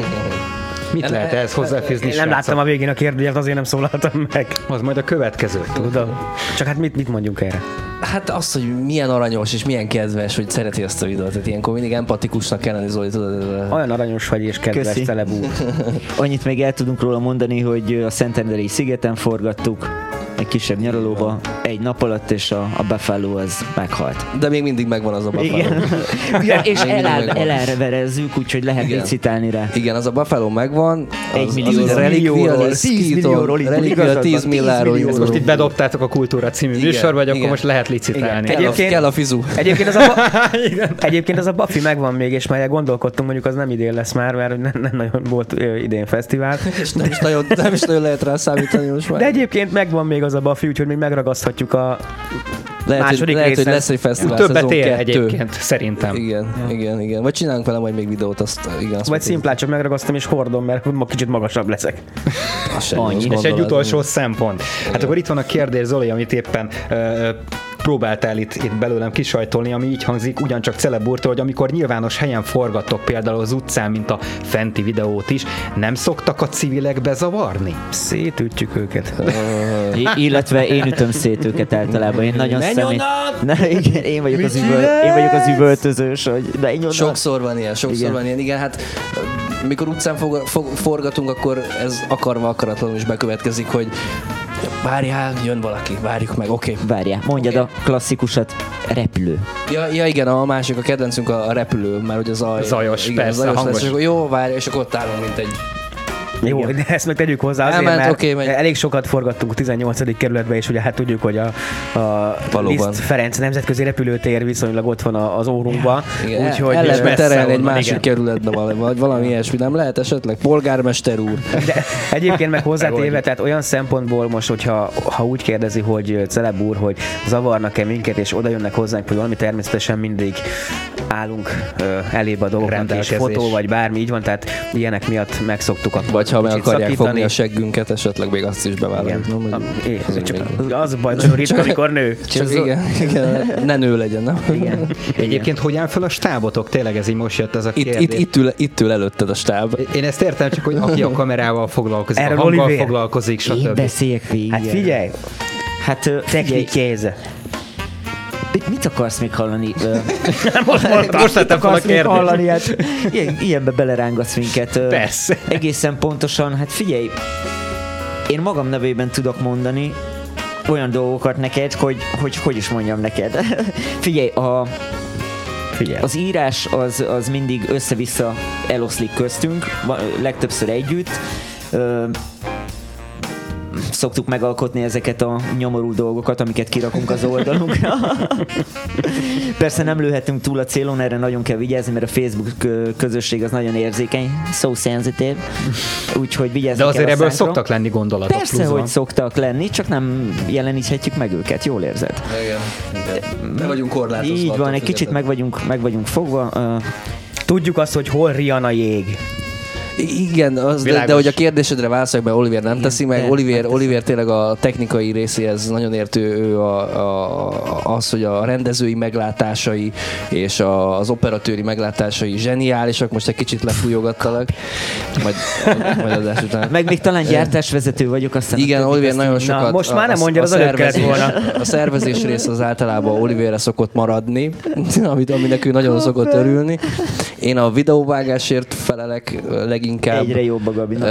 Mit lehet ehhez hozzáfűzni?
Nem láttam a végén a kérdést, azért nem szólaltam meg.
Az majd a következő.
Tudom. Csak hát mit, mit mondjunk erre?
Hát azt, hogy milyen aranyos és milyen kedves, hogy szereti ezt a videót. Tehát ilyenkor mindig empatikusnak kell lenni, Zoli, tudod?
Olyan aranyos vagy és kedves, celebú.
Annyit még el tudunk róla mondani, hogy a Szentendrei szigeten forgattuk, egy kisebb nyaralóba, egy nap alatt, és a, a Buffalo az meghalt.
De még mindig megvan az a Buffalo.
Igen. Ja, és elárverezzük, úgyhogy lehet licitálni rá.
Igen, az a Buffalo megvan. Az,
egy millióról, tíz millióról,
tíz millióról.
Ezt most itt bedobtátok a Kultúra című műsorba, vagy akkor most lehet licitálni.
Egyébként kell a fizu.
Egyébként az a, egyébként az a Buffy megvan még, és már gondolkodtunk, mondjuk az nem idén lesz már, mert nem, nem nagyon volt idén fesztivál.
És nem is nagyon, nem is nagyon lehet rá számítani most már.
De egyébként megvan még az a Buffy, úgyhogy még megragaszthatjuk a
lehet, második hogy, lehet, hogy lesz egy fesztivál.
Többet ér egyébként, szerintem.
Igen, ja. igen, igen. Vagy csinálunk vele majd még videót, azt igen. Azt
vagy szimplán csak megragasztom és hordom, mert ma kicsit magasabb leszek.
És egy utolsó szempont. Hát akkor itt van a kérdés, Zoli, amit éppen uh, próbáltál itt, itt belőlem kisajtolni, ami így hangzik, ugyancsak Celebúrtól, hogy amikor nyilvános helyen forgattok, például az utcán, mint a fenti videót is, nem szoktak a civilek bezavarni?
Szétütjük őket.
I- illetve én ütöm szét őket általában. Én nagyon személy... Ne, igen, én vagyok az üvöl... én vagyok az üvöltözős, hogy de én
sokszor van ilyen, sokszor igen. van ilyen. Igen, hát mikor utcán fog, fog, forgatunk, akkor ez akarva akaratlanul is bekövetkezik, hogy várjál, jön valaki, várjuk meg, oké. Okay.
Várjál, mondjad okay. a klasszikusat, repülő.
Ja, ja igen, a másik, a kedvencünk a, a repülő, mert ugye zaj,
zajos,
igen,
persze,
zajos
hangos.
lesz, és akkor jó, várj, és akkor ott állunk, mint egy...
Jó, de ezt meg tegyük hozzá azért, Elment, mert okay, elég sokat forgattunk a tizennyolcadik kerületbe, és ugye hát tudjuk, hogy a, a Liszt Ferenc nemzetközi repülőtér viszonylag ott van az órunkban.
Úgyhogy el lehetne terelni egy másik igen. kerületbe valami, vagy valami ilyesmi, nem lehet esetleg? Polgármester úr.
De egyébként meg hozzátéve, tehát olyan szempontból most, hogyha ha úgy kérdezi, hogy Celeb úr, hogy zavarnak-e minket, és oda jönnek hozzánk, hogy valami természetesen mindig állunk elébe a dolgoknak, tehát fotó, vagy bármi, így van, tehát ilyenek miatt megszoktuk a
vagy ha meg akarják szakítani. Fogni a seggünket, esetleg még azt is bevállaljuk.
Az a baj, nagyon ritka, amikor nő.
Csak igen, igen, ne nő legyen, nem?
Igen. Egyébként hogy áll fel a stábotok? Tényleg ez így most jött ez a kérdés.
Itt, itt, itt, ül, itt ül előtted a stáb.
Én ezt értem, csak hogy aki a kamerával foglalkozik, erről a hanggal Oliver. foglalkozik, stb.
Én beszéljek végig.
Hát figyelj!
Hát
technikéze.
Mit akarsz még hallani?
most mondtam, most mit akarsz még hallani? Hát.
Ilyen, ilyenbe belerángatsz minket.
Persze.
Egészen pontosan, hát figyelj, én magam nevében tudok mondani olyan dolgokat neked, hogy hogy, hogy is mondjam neked. Figyelj, a, figyelj, az írás az, az mindig össze-vissza eloszlik köztünk, legtöbbször együtt. Szoktuk megalkotni ezeket a nyomorú dolgokat, amiket kirakunk az oldalunkra. Persze nem lőhetünk túl a célon, erre nagyon kell vigyázni, mert a Facebook közösség az nagyon érzékeny, so sensitive, úgyhogy vigyázni.
De azért
kell
ebből szoktak lenni gondolatok.
Persze, pluszban. Hogy szoktak lenni, csak nem jeleníthetjük meg őket, jól érzed?
Igen, igen. Nem vagyunk korlátozva.
Így van, egy kicsit meg vagyunk, meg vagyunk fogva.
Tudjuk azt, hogy hol rian a jég.
Igen, az, de, de hogy a kérdésedre válaszolok, mert Oliver nem teszi meg.
de,
Oliver, Oliver tényleg a technikai részéhez nagyon értő, ő a, a, az, hogy a rendezői meglátásai és a, az operatőri meglátásai zseniálisak. Most egy kicsit lefújogattalak. Majd, majd adás után.
Meg még talán gyártásvezető vagyok, aztán...
Igen, Oliver nagyon sokat...
Na, most már nem
a,
mondja, az előbb kellett volna.
A szervezés rész az általában Oliverre szokott maradni, amit, ami nekünk nagyon szokott örülni. Én a videóvágásért felelek leginkább.
Egyre jobb a Gabinak,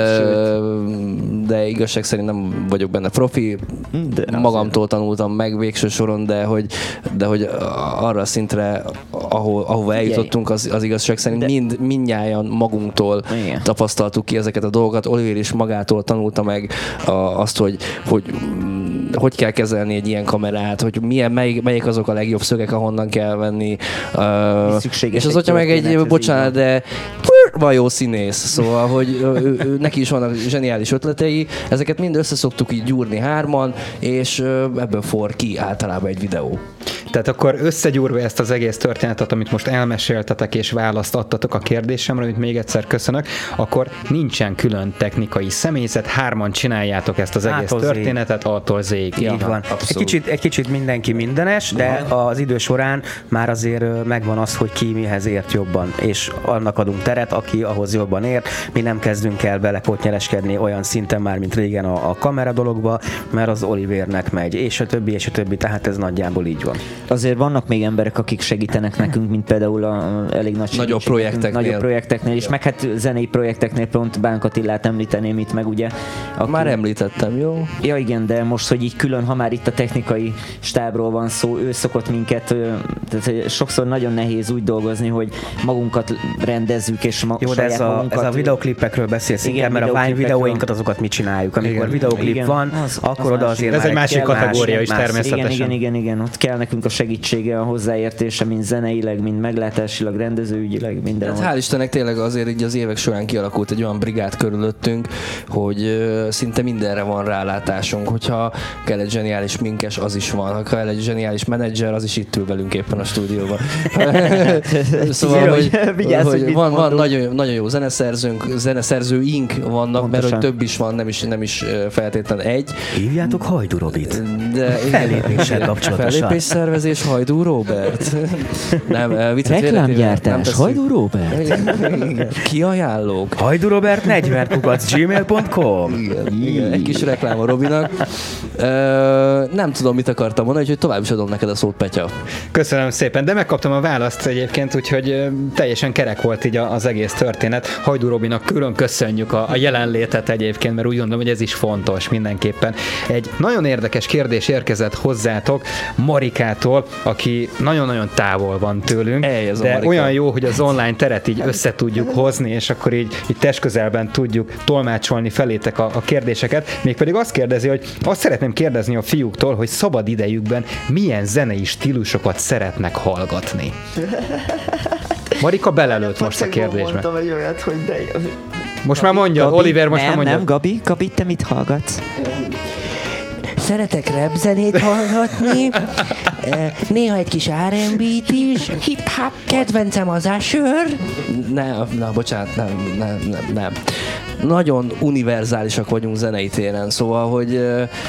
de igazság szerint nem vagyok benne profi. De magamtól tanultam meg végső soron, de hogy, de hogy arra a szintre, ahol, ahova eljutottunk, az, az igazság szerint mind, mindnyájan magunktól igen. tapasztaltuk ki ezeket a dolgokat. Oliver is magától tanulta meg a, azt, hogy, hogy hogy kell kezelni egy ilyen kamerát, hogy milyen, melyik, melyik azok a legjobb szögek, ahonnan kell venni. Uh, és az otya meg egy, bocsánat, de van jó színész, szóval, hogy ő, ő, neki is vannak zseniális ötletei, ezeket mind összeszoktuk így gyúrni hárman, és ebből for ki általában egy videó.
Tehát akkor összegyúrva ezt az egész történetet, amit most elmeséltetek és választ adtatok a kérdésemre, amit még egyszer köszönök, akkor nincsen külön technikai személyzet, hárman csináljátok ezt az egész
Ától
történetet, attól zéig.
Így ja, van. Egy kicsit, egy kicsit mindenki mindenes, de az idő során már azért megvan az, hogy ki mihez ért jobban, és annak adunk teret, aki ahhoz jobban ért. Mi nem kezdünk el bele kotnyereskedni olyan szinten már, mint régen a, a kamera dologba, mert az Olivernek megy, és a többi, és a többi, tehát ez nagyjából így van.
Azért vannak még emberek, akik segítenek nekünk, mint például a, a elég nagy
nagyobb projekteknél.
Nagyobb projekteknél is, meg hát zenei projekteknél pont Bánk Attilát említeném itt meg, ugye.
Aki... Már említettem, jó?
Ja igen, de most, hogy így külön, ha már itt a technikai stábról van szó, ő szokott minket, tehát sokszor nagyon nehéz úgy dolgozni, hogy magunkat rendezzük, és ma,
jó, de ez a,
magunkat...
ez a videoklipekről beszélsz inkább, mert a Vine videóinkat azokat mi csináljuk. Amikor igen, videoklip igen, van, az, akkor az oda azért
ez egy másik kategória más, is más, természetesen.
Igen, igen, igen, igen, ott kell nekünk a segítsége, a hozzáértése, mind zeneileg, mind meglátásilag, rendezőügyileg, minden.
Hát hál' Istennek tényleg azért így az évek során kialakult egy olyan brigád körülöttünk, hogy uh, szinte mindenre van rálátásunk. Hogyha kell egy zseniális minkes, az is van. Ha kell egy zseniális menedzser, az is itt ül velünk éppen a stúdióban. Szóval, hogy, Vigyázz, hogy, hogy van, van nagyon, nagyon jó zeneszerzőnk, zeneszerzőink vannak, pontosan. Mert hogy több is van, nem is, nem is feltétlenül egy.
Hívjátok Hajdú Robit.
De
fellépéssel kapcsolatosan.
Fellépésszervezés Hajdú Robert. Nem,
reklámgyártás Hajdú Robert.
Kiajánlók.
Hajdú Robert negyven kukac gmail pont com.
Igen, igen, egy kis reklám a Robinak. Uh, nem tudom, mit akartam mondani, úgyhogy tovább is adom neked a szót, Petya.
Köszönöm szépen, de megkaptam a választ egyébként, úgyhogy teljesen kerek volt így az egész történet. Hajdú Robinak külön köszönjük a, a jelenlétet egyébként, mert úgy gondolom, hogy ez is fontos mindenképpen. Egy nagyon érdekes kérdés érkezett hozzátok Marikától, aki nagyon-nagyon távol van tőlünk,
Eljez
de olyan jó, hogy az online teret így össze tudjuk hozni, és akkor így, így testközelben tudjuk tolmácsolni felétek a, a kérdéseket. Mégpedig azt kérdezi, hogy azt szeretném kérdezni a fiúktól, hogy szabad idejükben milyen zenei stílusokat szeretnek hallgatni. Marika belelőtt most a kérdésbe.
Mondtam egy olyat, hogy de...
Most már mondja, Gabi, Oliver most
nem,
már mondja.
Nem, Gabi, Gabi, te mit hallgatsz?
Szeretek rap zenét hallgatni, néha egy kis er and bé-t is, hip-hop, kedvencem az Usher.
Nem, na, bocsánat, nem, nem, nem, nem. Nagyon univerzálisak vagyunk zenei téren, szóval, hogy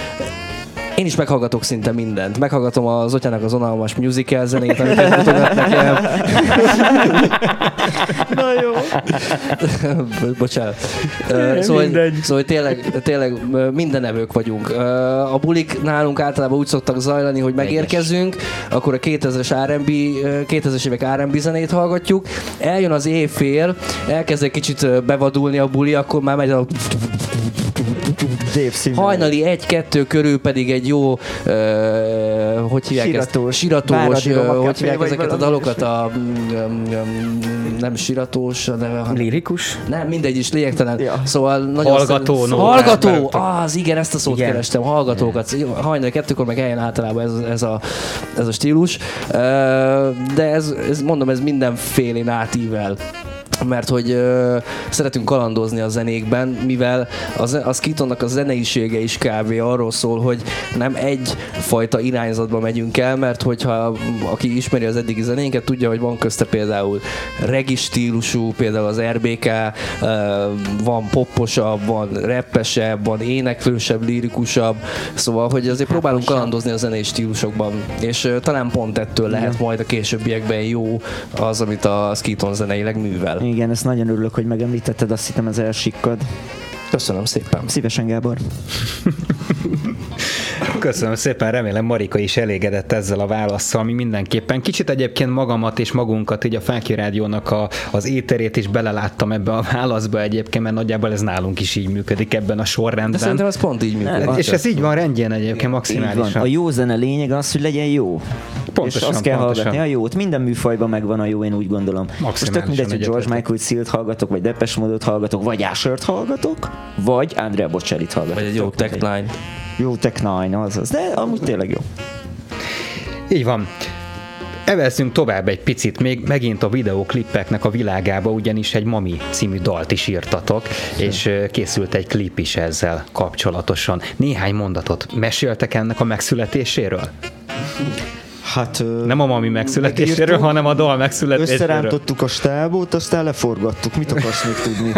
én is meghallgatok szinte mindent. Meghallgatom az Otyának az unalmas musical zenét, amiket mutogat nekem.
Na jó.
Bocsánat. Uh, szóval, szóval tényleg, tényleg mindenevők vagyunk. Uh, a bulik nálunk általában úgy szoktak zajlani, hogy megérkezünk, akkor a kétezres er and bé, kétezres évek er and bé zenét hallgatjuk. Eljön az éjfél, elkezd egy kicsit bevadulni a buli, akkor már megy a hajnali egy-kettő körül pedig egy jó, uh, hogy hívják
siratós,
ezt? Siratós, uh, hogy hívják ezeket a dalokat? A, um, um, nem siratós, de...
Lirikus?
Nem, mindegy is, lényegtelen. Ja. Szóval nagyon
hallgató.
Szem,
No,
hallgató! Ah, az igen, ezt a szót
igen.
kerestem, hallgatókat. Hajnali kettőkor meg eljön általában ez, ez, a, ez a stílus. Uh, de ez, ez, mondom, ez mindenfélén átível. mert hogy ö, szeretünk kalandozni a zenékben, mivel az, a Skitonnak a zeneisége is kb. Arról szól, hogy nem egyfajta irányzatba megyünk el, mert hogyha aki ismeri az eddigi zenénket, tudja, hogy van közte például reggae stílusú, például az er bé ká, ö, van popposabb, van rappesebb, van éneklősebb, lirikusabb, szóval, hogy azért próbálunk kalandozni a zenei stílusokban, és ö, talán pont ettől lehet igen. majd a későbbiekben jó az, amit a Skiton zeneileg művel.
Igen, ezt nagyon örülök, hogy megemlítetted, azt hittem ez elsikkad.
Köszönöm szépen.
Szívesen, Gábor.
Köszönöm szépen, remélem Marika is elégedett ezzel a válasszal, mi mindenképpen. Kicsit egyébként magamat és magunkat, így a Fákly Rádiónak a, az éterét is beleláttam ebbe a válaszba egyébként, mert nagyjából ez nálunk is így működik ebben a sorrendben. De
szerintem ez pont így működik.
És ez így van rendjén egyébként maximálisan.
A jó zene lényeg az, hogy legyen jó.
Pontosan,
és azt kell
pontosan.
hallgatni a jót. Minden műfajban megvan a jó, én úgy gondolom. Most tök mindegy, hogy George Michael Seal-t hallgatok, vagy Depeche Mode-ot hallgatok, vagy Usher-t hallgatok, vagy Andrea Bocellit hallgatok.
Vagy egy jó Tech Nine.
Jó Tech Nine, azaz. De amúgy tényleg jó.
Így van. Evezzünk tovább egy picit, még megint a videóklippeknek a világába, ugyanis egy Mami című dalt is írtatok, és készült egy klip is ezzel kapcsolatosan. Néhány mondatot meséltek ennek a megszületéséről?
Hát,
nem a Mami megszületéséről, megírtuk, hanem a dal megszületéséről.
Összerántottuk a stábot, aztán leforgattuk. Mit akarsz még tudni?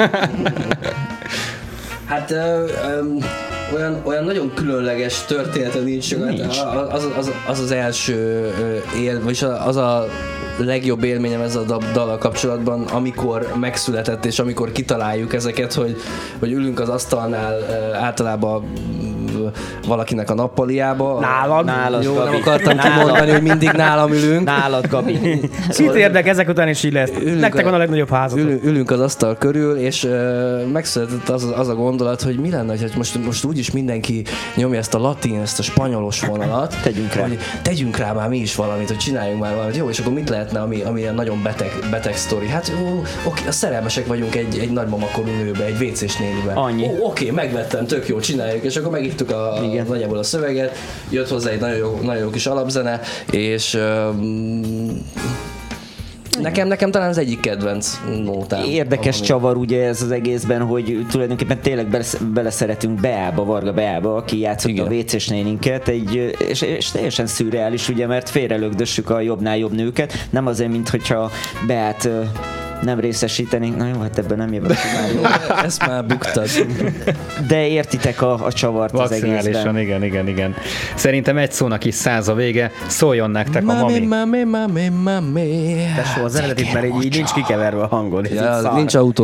Hát ö, ö, olyan, olyan nagyon különleges története nincs, nincs. Az, az, az az első él, vagyis az a legjobb élményem ezzel a dallal kapcsolatban, amikor megszületett, és amikor kitaláljuk ezeket, hogy, hogy ülünk az asztalnál általában valakinek a nappaliába.
Nálad?
Nálad, jó, Gabi. Nem akartam nálad. Kimondani, hogy mindig nálam ülünk.
Nálad, Gabi.
Mit érdek, ezek után is így lesz. Ülünk Nektek a, van a legnagyobb házatok.
Ülünk, ülünk az asztal körül, és uh, megszületett az, az a gondolat, hogy mi lenne, hogy most, most úgyis mindenki nyomja ezt a latin, ezt a spanyolos vonalat.
Tegyünk rá.
Hogy tegyünk rá már mi is valamit, hogy csináljunk már valamit. Jó, és akkor mit lehetne, ami, ami ilyen nagyon beteg, beteg sztori? Hát ó, oké, a szerelmesek vagyunk egy, egy nagymamakorú nőbe, egy vécés nénibe.
Annyi.
Ó, oké, megvettem, tök jó, csináljuk, és akkor megírtuk a, a nagyjából a szöveget, jött hozzá egy nagyon jó, nagyon jó kis alapzene, és um, Nekem, nekem talán az egyik kedvenc nótám.
Érdekes valami csavar ugye ez az egészben, hogy tulajdonképpen tényleg beleszeretünk Beába, Varga Beába, aki játszott igen. a vécés néninket, egy, és, és teljesen szürreális, ugye, mert félrelögdössük a jobbnál jobb nőket, nem azért, mint hogyha Beát nem részesítenénk. Na jó, hát ebben nem jövök már jó.
Ezt már buktad.
De értitek a, a csavart az egészben.
igen, igen, igen. Szerintem egy szónak is száz a vége. Szóljon nektek a Mami.
Mami, mami, mami.
Tesó, az eredetit, mert így, így nincs kikeverve a hangod.
Ja, nincs autó.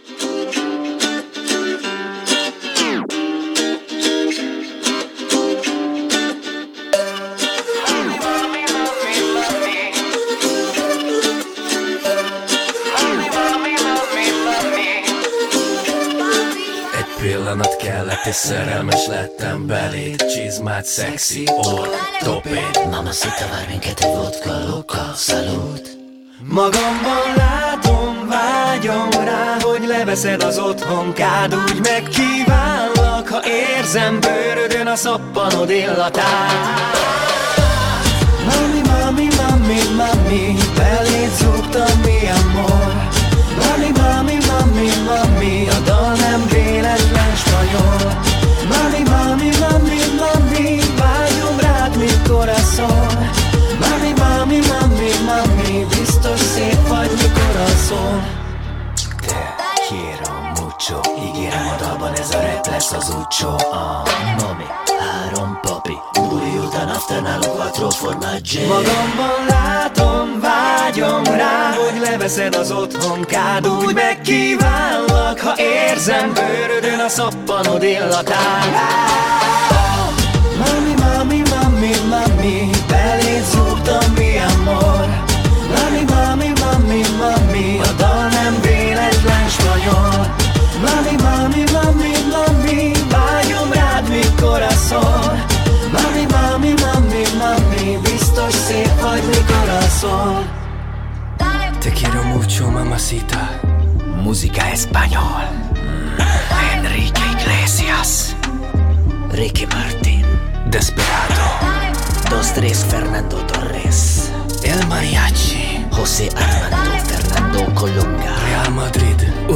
Pillanat kellett, és szerelmes lettem beléd. Csizmád, szexi, orr, topéd.
Mamacita, vár minket egy vodka, loka, salud.
Magamban látom, vágyom rá, hogy leveszed az otthonkád. Úgy megkívánlak, ha érzem bőrödön a szappanod illatát. Mami, mami, mami, mami, beléd zúgtam, mi amor. Mami, mami, mami, mami, a dal nem véletlen spanyol. Mami, mami, mami, mami, vágyom rád, mikor szól. Mami, mami, mami, mami, biztos szép vagy, mikor szól.
Te quiero mucho, ígérem a dalban ez a rap lesz az úcsó.
Ah, mami, három papi, buli után after nálunk quattro formaggi.
Magamban látom, vágyom rá, hogy leveszed az otthonkád. Úgy megkívánlak, ha érzem bőrödön a szappanod illatát. Mami, mami, mami, mami, beléd zúgtam, mi amor. Mami, mami, mami, mami, a dal nem véletlen spanyol. Mami, mami, mami, mami, vágyom rád, mikor szól. Mami, mami, mami, mami, biztos szép vagy, mikor szól.
Te quiero mucho, mamacita.
Música español. Enrique Iglesias,
Ricky Martin,
Desperado,
Dos Tres Fernando Torres,
El Mariachi,
José Armando Fernando Colunga,
Real Madrid.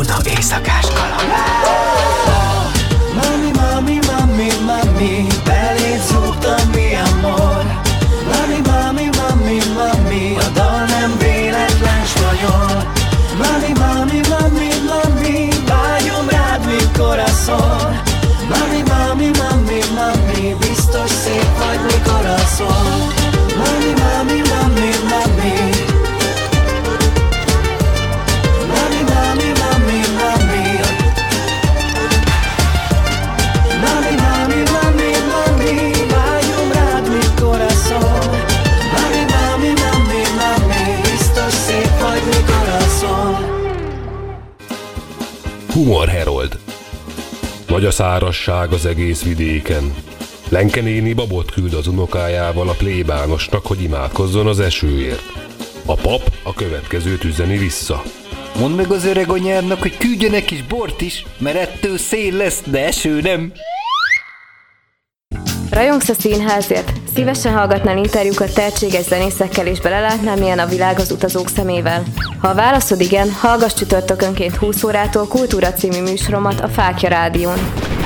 Buda éjszakás kaland.
Mami, mami, mami, mami, beléd zúgtam, mi amor. Mami, mami, mami, mami, a dal nem véletlen spanyol. Mami, mami, mami, mami, vágyom rád, mint corazon. Mami, mami, mami, mami, biztos szép vagy, mikor alszol. Mami, mami, mami, mami. Mami, mami, mami, mami. Mami, mami, mami, mami, vágyom rád, mint corazon. Mami, mami, mami, mami, biztos szép vagy, mikor alszol.
Humor Herold. Nagy a szárazság az egész vidéken. Lenke néni babot küld az unokájával a plébánosnak, hogy imádkozzon az esőért. A pap a következőt üzeni vissza.
Mondd meg az öreg anyádnak, hogy küldjön egy kis bort is, mert ettől szél lesz, de eső nem.
Rajongsz a színházért? Szívesen hallgatnál interjúkat tehetséges zenészekkel és belelátnál, milyen a világ az utazók szemével? Ha a válaszod igen, hallgass csütörtökönként húsz órától Kultúra című műsoromat a Fáklya Rádión.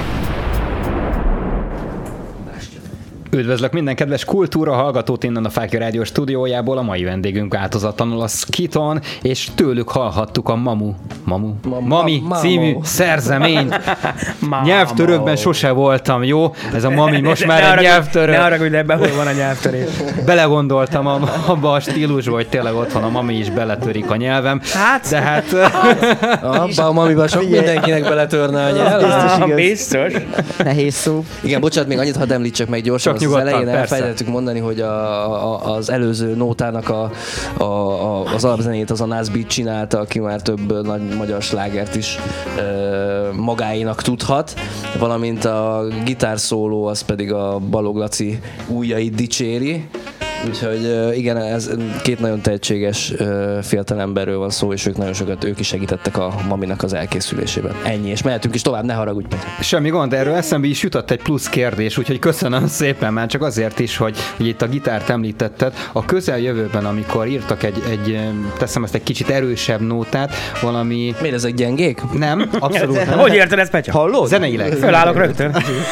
Üdvözlök minden kedves kultúra hallgatót innen a Fáklya Rádió stúdiójából, a mai vendégünk változatlanul a Skiton, és tőlük hallhattuk a Mamu, Mamu, ma, Mami ma, című ma, szerzemény. Nyelvtörőkben sose voltam, jó? Ez a Mami most már ne egy nyelvtörő.
Ne arra, hogy ebben hol van a nyelvtörés.
Belegondoltam abba a stílusba, hogy tényleg ott van a Mami is beletörik a nyelvem.
Hát,
de hát...
Abba a Mamiban sok mindenkinek beletörne a nyelv.
Biztos.
Nehéz szó.
Igen, bocsánat, még annyit hadd említsek meg gyorsan. Az elején
persze.
elfelejtettük mondani, hogy a, a, az előző nótának a, a, a, az alapzenét az a Nászbeat csinálta, aki már több nagy magyar slágert is e, magáénak tudhat, valamint a gitárszóló az pedig a Balog Laci ujjait dicséri. Úgyhogy igen, ez két nagyon tehetséges fiatal emberről van szó, és ők nagyon sokat, ők is segítettek a Maminak az elkészülésében. Ennyi, és mehetünk is tovább, ne haragudj, Petr.
Semmi gond, erről eszembe is jutott egy plusz kérdés, úgyhogy köszönöm szépen, már csak azért is, hogy, hogy itt a gitárt említetted. A közeljövőben, amikor írtak egy, egy, teszem ezt egy kicsit erősebb nótát, valami...
Miért ezek gyengék?
Nem, abszolút nem.
Hogy érted ezt, Petya?
Hallod? Zeneileg.
Fölállok rögtön.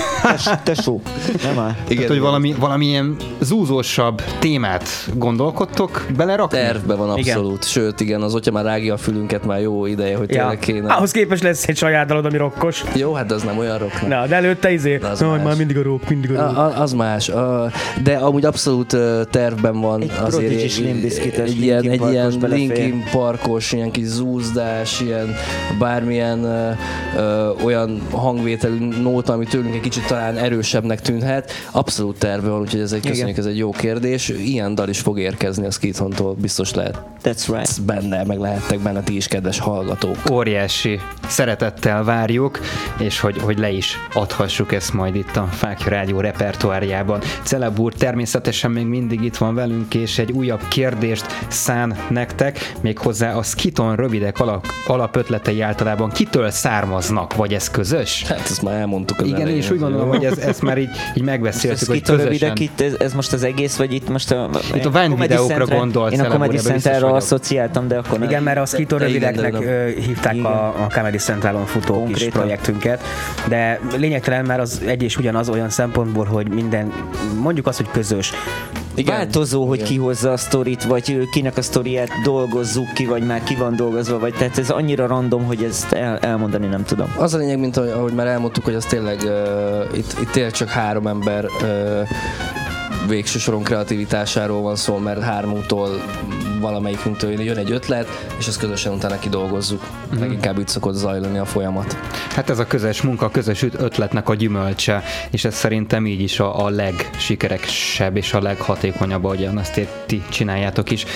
Tesó. Nem áll.
Igen, hogy valami, valamilyen zúzósabb témát gondolkodtok belerakni?
Tervben van abszolút. Igen. Sőt, igen, az Otya már rágja a fülünket már jó ideje, hogy ja. tényleg kéne.
Ahhoz képest lesz egy saját dalod, ami rokkos.
Jó, hát az nem olyan rock.
Na, de előtte izé. No, már mindig a rock, mindig a rock.
A, az más. A, de amúgy abszolút tervben van
egy
azért
egy,
egy, egy ilyen, egy ilyen Linkin Parkos, ilyen kis zúzdás, ilyen bármilyen ö, ö, olyan hangvételű nóta, ami tőlünk egy kicsit talán erősebbnek tűnhet. Abszolút tervben van, úgyhogy ez egy, köszönjük, ez egy jó kérdés. Ilyen dal is fog érkezni a Skithontól, biztos lehet.
That's right.
Benne, meg lehettek benne ti is, kedves hallgatók.
Óriási szeretettel várjuk, és hogy, hogy le is adhassuk ezt majd itt a Fáklya Rádió repertoárjában. Celeb úr természetesen még mindig itt van velünk, és egy újabb kérdést szán nektek, méghozzá a Skiton rövidek alap, alapötletei általában kitől származnak, vagy ez közös?
Hát ezt már elmondtuk az
igen,
elején.
és úgy gondolom, hogy ez, ezt már így, így megbeszéltük, hogy közösen.
Rövidek, itt, ez, ez most az egész, vagy itt most a...
Itt a Vine videókra gondolt.
Én a Comedy Centralra asszociáltam, de akkor nem.
Igen, mert a Skiton rövideknek hívták a, a Comedy Centralon futó konkrétan kis projektünket, de lényegtelen már az egy és ugyanaz olyan szempontból, hogy minden, mondjuk azt, hogy közös.
Igen. Változó, hogy ki hozza a sztorit, vagy kinek a sztoriát dolgozzuk ki, vagy már ki van dolgozva, vagy tehát ez annyira random, hogy ezt el, elmondani nem tudom.
Az a lényeg, mint ahogy már elmondtuk, hogy az tényleg uh, itt, itt tényleg csak három ember uh, végső soron kreativitásáról van szó, mert hármunktól valamelyikünktől jön egy ötlet, és ezt közösen utána kidolgozzuk. Mm-hmm. Leginkább így szokott zajlani a folyamat.
Hát ez a közös munka, a közös ötletnek a gyümölcse, és ez szerintem így is a, a legsikeresebb és a leghatékonyabb, ahogyan azt ti csináljátok is.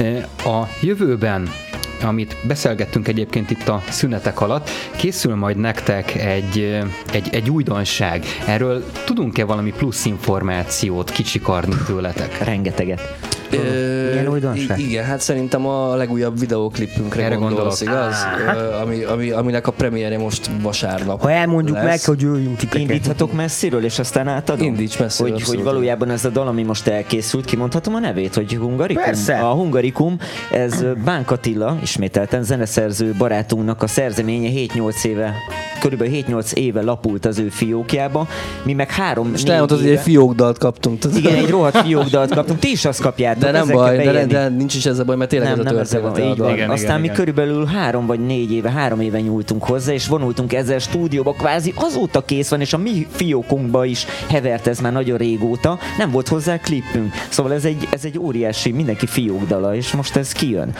A jövőben, amit beszélgettünk egyébként itt a szünetek alatt, készül majd nektek egy, egy, egy újdonság. Erről tudunk-e valami plusz információt kicsikarni tőletek?
Rengeteget.
Milyen újdonság?
Igen, hát szerintem a legújabb videóklipünkre
Erre
gondolsz,
gondolok.
igaz? Ö, ami, ami, aminek a premierje most vasárnap.
Ha elmondjuk
lesz.
meg, hogy jöjjünk titeket.
Indíthatok messziről, és aztán átadom?
Indíts messziről,
Hogy, hogy
abszolút.
valójában ez a dal, ami most elkészült, kimondhatom a nevét, hogy Hungarikum?
Persze.
A Hungarikum, ez Bánk Attila, ismételten zeneszerző barátunknak a szerzeménye hét-nyolc éve, körülbelül hét-nyolc éve lapult az ő fiókjába, mi meg három
És elmondtad, hogy egy fiókdalt kaptunk.
Igen, egy rohadt fiókdalt kaptunk, ti is azt kapjátok.
De nem
ezzel kell
baj, de,
beérni.
de nincs is ez a baj, mert tényleg
Nem,
ez a
nem ezzel van,
történet.
így van.
Igen,
Aztán
igen,
mi
igen.
körülbelül három vagy négy éve, három éve nyúltunk hozzá, és vonultunk ezzel stúdióba, kvázi azóta kész van, és a mi fiókunkba is hevert ez már nagyon régóta, nem volt hozzá klippünk. Szóval ez egy, ez egy óriási, mindenki fiókdala, és most ez kijön.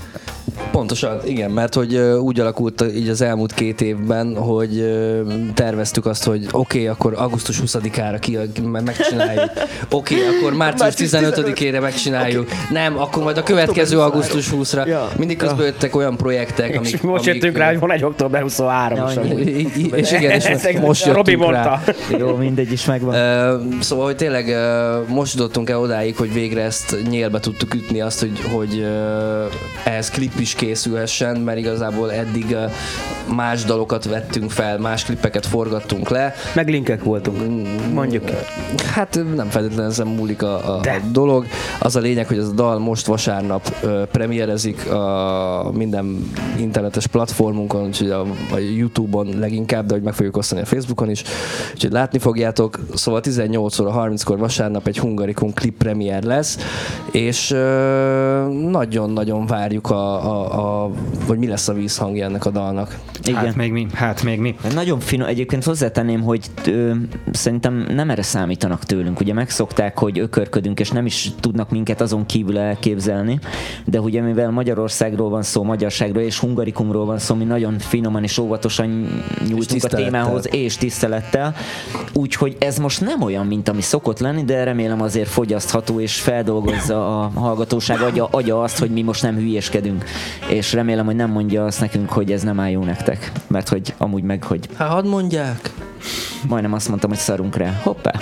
Pontosan, igen, mert hogy ö, úgy alakult így az elmúlt két évben, hogy ö, terveztük azt, hogy oké, okay, akkor augusztus huszadikára ki, me- megcsináljuk. Oké, okay, akkor március tizenötödikére megcsináljuk. Okay. Nem, akkor majd a következő augusztus huszadikra. Ja. Mindig közben ja. jöttek olyan projektek, amik...
És most
amik,
jöttünk rá, hogy van egy október huszonhárom.
Ja, és igen, és most
Robi
jöttünk
mondta.
rá.
Jó, mindegy is megvan.
Uh, szóval, hogy tényleg uh, most jutottunk el odáig, hogy végre ezt nyélbe tudtuk ütni azt, hogy, hogy uh, ehhez klip is készülhessen, mert igazából eddig uh, más dalokat vettünk fel, más klippeket forgattunk le.
Meg linkek voltunk, mondjuk.
Hát nem feltétlenül ezen múlik a, a dolog. Az a lényeg, hogy ez a dal most vasárnap uh, premierezik a minden internetes platformunkon, úgyhogy a, a YouTube-on leginkább, de hogy meg fogjuk osztani a Facebookon is, úgyhogy látni fogjátok. Szóval tizennyolc óra harminckor vasárnap egy Hungarikum klip premier lesz, és uh, nagyon-nagyon várjuk a, a, a, hogy mi lesz a vízhangja ennek a dalnak.
Igen.
Hát még mi, hát még mi.
Nagyon finom, egyébként hozzátenném, hogy ö, szerintem nem erre számítanak tőlünk. Ugye megszokták, hogy ökörködünk, és nem is tudnak minket azon kívül elképzelni, de ugye mivel Magyarországról van szó, magyarságról és Hungarikumról van szó, mi nagyon finoman és óvatosan nyújtunk a témához, és tisztelettel. Úgyhogy ez most nem olyan, mint ami szokott lenni, de remélem azért fogyasztható, és feldolgozza a hallgatóság, agya, agya azt, hogy mi most nem hülyéskedünk. És remélem, hogy nem mondja azt nekünk, hogy ez nem áll jó nektek. Mert hogy amúgy meg, hogy...
Hát hadd mondják.
Majdnem azt mondtam, hogy szarunk rá. Hoppá.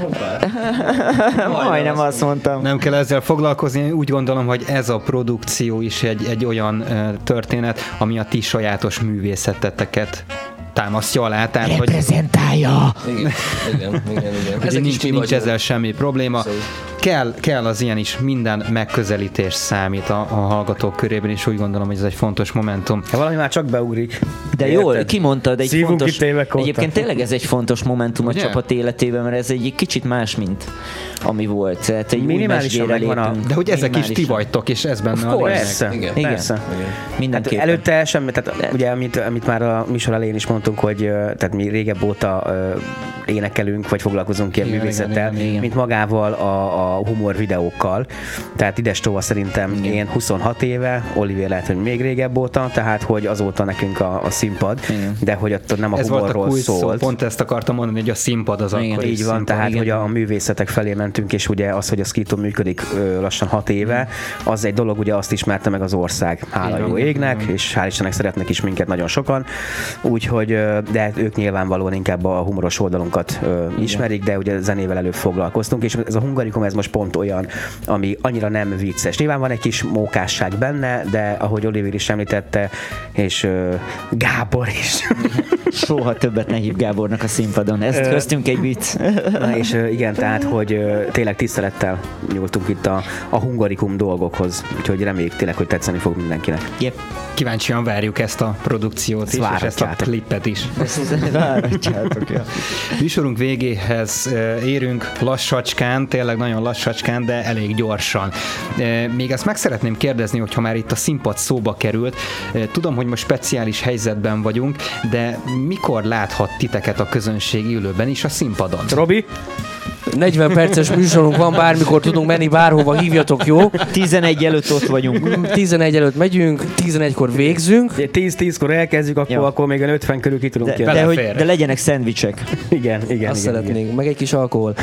Majdnem azt mondtam.
Nem kell ezzel foglalkozni, úgy gondolom, hogy ez a produkció is egy, egy olyan uh, történet, ami a ti sajátos művészeteteket támasztja alá. Tehát,
reprezentálja.
Hogy... Igen, igen, igen. igen.
Ezek nincs, nincs ezzel semmi probléma. Szóval. Kell, kell az ilyen is, minden megközelítés számít a, a hallgatók körében, és úgy gondolom, hogy ez egy fontos momentum.
Ha valami már csak beugrik.
De
érted?
jól, kimondtad, egy
Szívunk
fontos, egyébként
óta.
tényleg ez egy fontos momentum
Ugye?
a csapat életében, mert ez egy kicsit más, mint ami volt. Tehát egy
minimálisan megvan a...
De hogy ezek is ti vagytok, és ez benne a lényeg.
Persze,
igen.
igen. Persze.
Mindenképpen.
Hát előtte semmi, tehát ugye amit, amit már a műsor elején is mondtunk, hogy tehát mi régebb óta uh, énekelünk, vagy foglalkozunk ilyen
Igen,
művészettel,
igen, igen.
mint magával a, a humor videókkal. Tehát Idestova szerintem igen. Én huszonhat éve, Olivier lehet, hogy még régebb óta, tehát hogy azóta nekünk a, a színpad, igen. De hogy ott nem a
ez
humorról
volt a
szólt.
Szó, pont ezt akartam mondani, hogy a színpad az
igen,
akkor
így van,
színpad,
tehát
igen.
hogy a művészetek felé mentünk, és ugye az, hogy a Skito működik ö, lassan hat éve, az egy dolog, ugye azt ismerte meg az ország, hála jó égnek, és hál' Istennek szeretnek is minket nagyon sokan, úgyhogy, ö, de ők nyilvánvalóan inkább a humoros oldalunkat ö, ismerik, de ugye zenével előbb foglalkoztunk, és ez a Hungarikum, ez most pont olyan, ami annyira nem vicces. Nyilván van egy kis mókásság benne, de ahogy Olivier is említette, és ö, Gábor is.
Soha többet ne hív Gábornak a színpadon. Ez köztünk egy vicc.
Na és igen, tehát, hogy tényleg tisztelettel nyúltunk itt a, a Hungarikum dolgokhoz, úgyhogy reméljük tényleg, hogy tetszeni fog mindenkinek.
Yep.
Kíváncsian várjuk ezt a produkciót is, és ezt a klipet is.
Várhatjátok, ja.
Műsorunk végéhez érünk lassacskán, tényleg nagyon lassacskán, de elég gyorsan. Még ezt meg szeretném kérdezni, hogyha már itt a színpad szóba került. Tudom, hogy most speciális helyzetben vagyunk, de mikor láthat titeket a közönség élőben is a színpadon?
Robi?
negyven perces műsorunk van, bármikor tudunk menni, bárhova hívjatok, jó?
tizenegy előtt ott vagyunk.
tizenegy előtt megyünk, tizenegykor végzünk.
tíz-tízkor elkezdjük, akkor,
ja.
akkor még a ötven körül ki tudunk
de, de, hogy, de legyenek szendvicsek.
Igen, igen.
Azt
igen,
szeretnénk,
igen.
meg egy kis alkohol.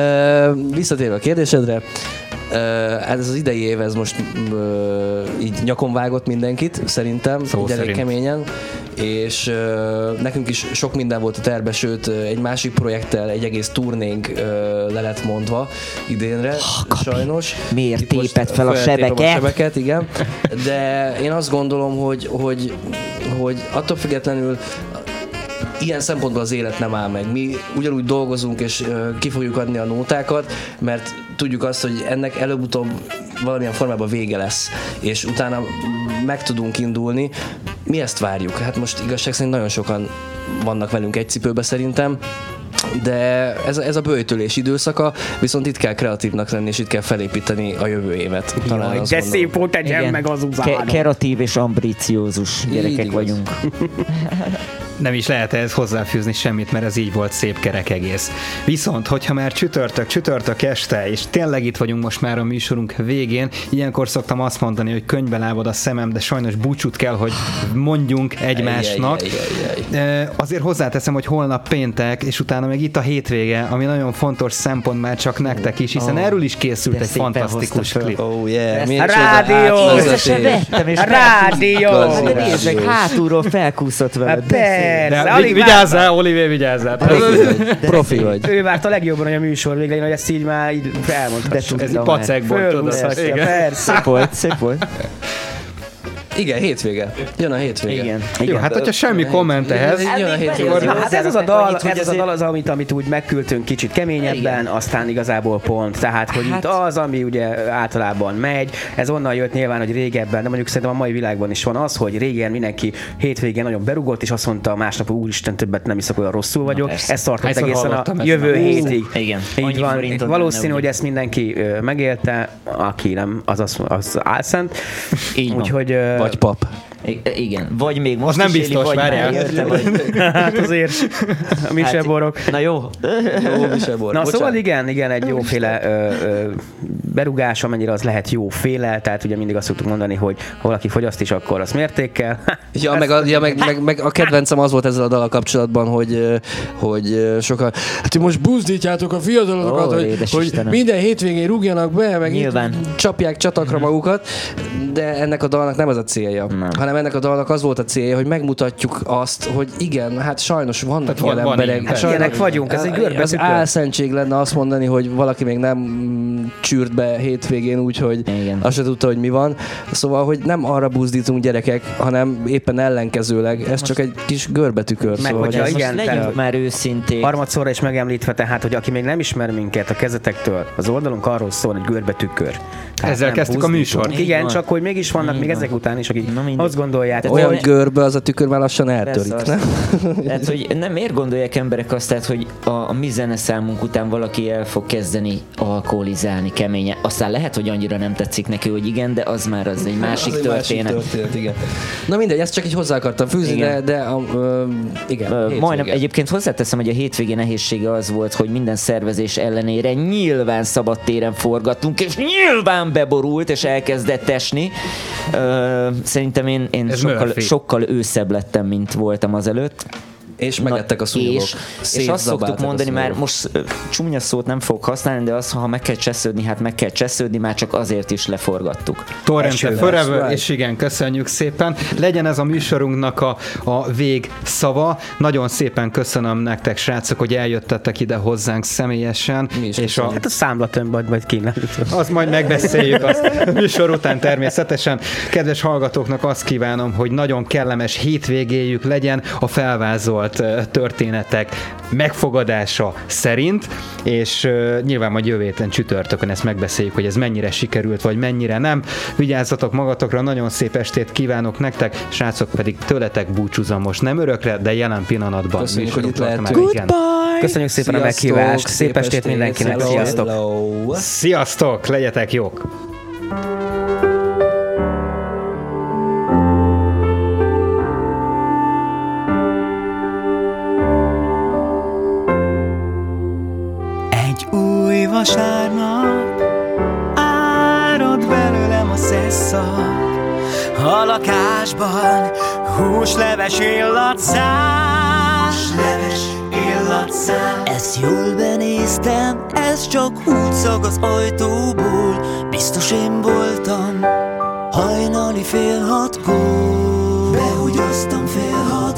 Uh, visszatérve a kérdésedre, Uh, ez az idei év, ez most uh, így nyakon vágott mindenkit, szerintem, így elég keményen, és uh, nekünk is sok minden volt a terve, sőt egy másik projekttel egy egész turnénk uh, le lett mondva idénre, oh, sajnos.
Miért téped fel a sebeket?
A sebeket, igen. De én azt gondolom, hogy, hogy, hogy attól függetlenül ilyen szempontból az élet nem áll meg. Mi ugyanúgy dolgozunk, és uh, ki fogjuk adni a nótákat, mert tudjuk azt, hogy ennek előbb-utóbb valamilyen formában vége lesz, és utána meg tudunk indulni. Mi ezt várjuk. Hát most igazság szerint nagyon sokan vannak velünk egy cipőbe szerintem, de ez, ez a böjtölés időszaka, viszont itt kell kreatívnak lenni, és itt kell felépíteni a jövő évet.
Talán Jaj, de szép volt, tegyen meg az uzánom.
Ke- Kreatív és ambiciózus gyerekek így vagyunk.
Nem is lehet ehhez hozzáfűzni semmit, mert ez így volt szép kerek egész. Viszont, hogyha már csütörtök, csütörtök este, és tényleg itt vagyunk most már a műsorunk végén, ilyenkor szoktam azt mondani, hogy könnybe lábad a szemem, de sajnos búcsút kell, hogy mondjunk egymásnak. Ej, ej, ej, ej. Azért hozzáteszem, hogy holnap péntek, és utána még itt a hétvége, ami nagyon fontos szempont már csak nektek is, hiszen oh, erről is készült de egy fantasztikus klip.
Oh yeah.
A rádió! A rádió!
Nézd meg, hátulról felkúszott veled.
De vigyázzál, Olivier, vigyázzál.
Profi vagy.
Ő várt a legjobban, hogy a műsor végén, hogy ezt így már így elmondta.
Ez egy pacekból, tudod.
Persze.
Szép volt, szép volt.
Igen, hétvége. Jön a hétvége.
Igen. Jó, hát hogyha semmi komment ehhez.
Jön a hétvége. Hát ez az a dal, ez az a dal az, amit, amit úgy megküldtünk kicsit keményebben, aztán igazából pont. Tehát, hogy itt az, ami ugye általában megy, ez onnan jött nyilván, hogy régebben, de mondjuk szerintem a mai világban is van az, hogy régen mindenki hétvégén nagyon berugott, és azt mondta másnap, úristen, többet nem iszok, olyan rosszul vagyok. Ez tartott egészen a jövő hétig.
Igen.
Így van. Valószínű, hogy ezt mindenki megélte, aki nem, az az álszent. Úgyhogy
vagy pap.
I- igen, vagy még most
az nem
is
biztos,
éli,
várjál.
Érte, vagy... Hát azért a miseborok.
Hát, na jó.
Jó misebor.
Na szóval igen, igen, egy jóféle ö, ö, berugás, amennyire az lehet jóféle, tehát ugye mindig azt szoktuk mondani, hogy ha valaki fogyaszt is, akkor azt mértékkel.
Ja, meg a, ja meg, meg, meg a kedvencem az volt ezzel a dallal kapcsolatban, hogy, hogy sokan, hát most buzdítjátok a fiatalokat, oh, hogy, hogy minden hétvégén rúgjanak be, meg
nyilván
csapják csatakra magukat, de ennek a dalnak nem ez a célja, nem. hanem ennek a dalnak az volt a célja, hogy megmutatjuk azt, hogy igen, hát sajnos vannak tehát ilyen van, emberek.
Hát ilyenek vagyunk, ez egy görbe.
Az álszentség lenne azt mondani, hogy valaki még nem csűrt be hétvégén úgy, hogy igen. azt se tudta, hogy mi van. Szóval, hogy nem arra buzdítunk gyerekek, hanem éppen ellenkezőleg. Ez most csak egy kis görbetükör.
Meg
szóval,
hogyha igen,
legyünk már őszinték.
Harmadszorra is megemlítve, tehát, hogy aki még nem ismer minket a kezetektől, az oldalunk arról szól, hogy görbetükör.
Ezzel kezdtük a műsort.
Igen, csak hogy mégis vannak még ezek után is, akik azt gondolják,
hogy olyan görbe az a tükör már lassan eltörik.
Tehát, hogy nem miért gondolják emberek azt, tehát, hogy a, a mi zeneszámunk után valaki el fog kezdeni alkoholizálni keményen. Aztán lehet, hogy annyira nem tetszik neki, hogy igen, de az már az egy másik az történet.
Másik történet igen. Na mindegy, ezt csak így hozzá akartam fűzni, igen. de, de a, ö, igen. Ö,
majdnem, egyébként hozzáteszem, hogy a hétvége nehézsége az volt, hogy minden szervezés ellenére nyilván szabadtéren forgattunk, és nyilván beborult, és elkezdett esni. Ö, szerintem én, én sokkal, sokkal őszebb lettem, mint voltam azelőtt.
És megettek a szúnyogok.
És, és azt szoktuk mondani, már most csúnya szót nem fogok használni, de az, ha meg kell csesződni, hát meg kell csesződni, már csak azért is leforgattuk.
Torrente forever, right. És igen, köszönjük szépen. Legyen ez a műsorunknak a, a végszava. Nagyon szépen köszönöm nektek, srácok, hogy eljöttetek ide hozzánk személyesen. És a,
hát a számlatömbad majd kéne.
Azt majd megbeszéljük azt a műsor után természetesen. Kedves hallgatóknak azt kívánom, hogy nagyon kellemes hétvégéjük legyen a felvázolt történetek megfogadása szerint, és uh, nyilván majd jövő héten csütörtökön ezt megbeszéljük, hogy ez mennyire sikerült, vagy mennyire nem. Vigyázzatok magatokra, nagyon szép estét kívánok nektek, srácok, pedig tőletek búcsúzom most nem örökre, de jelen pillanatban.
Köszönjük, hogy itt lehetünk.
Goodbye! Köszönjük szépen sziasztok, a meghívást, szép, szép estét mindenkinek, sziasztok!
Hello. Sziasztok, legyetek jók!
Vasárnap árad belőlem a szesszak, a lakásban húsleves illatszál, húsleves illatszál. Ezt jól benéztem, ez csak húgyszag az ajtóból, biztos én voltam hajnali fél hatkor. Behugyoztam fél hatkor.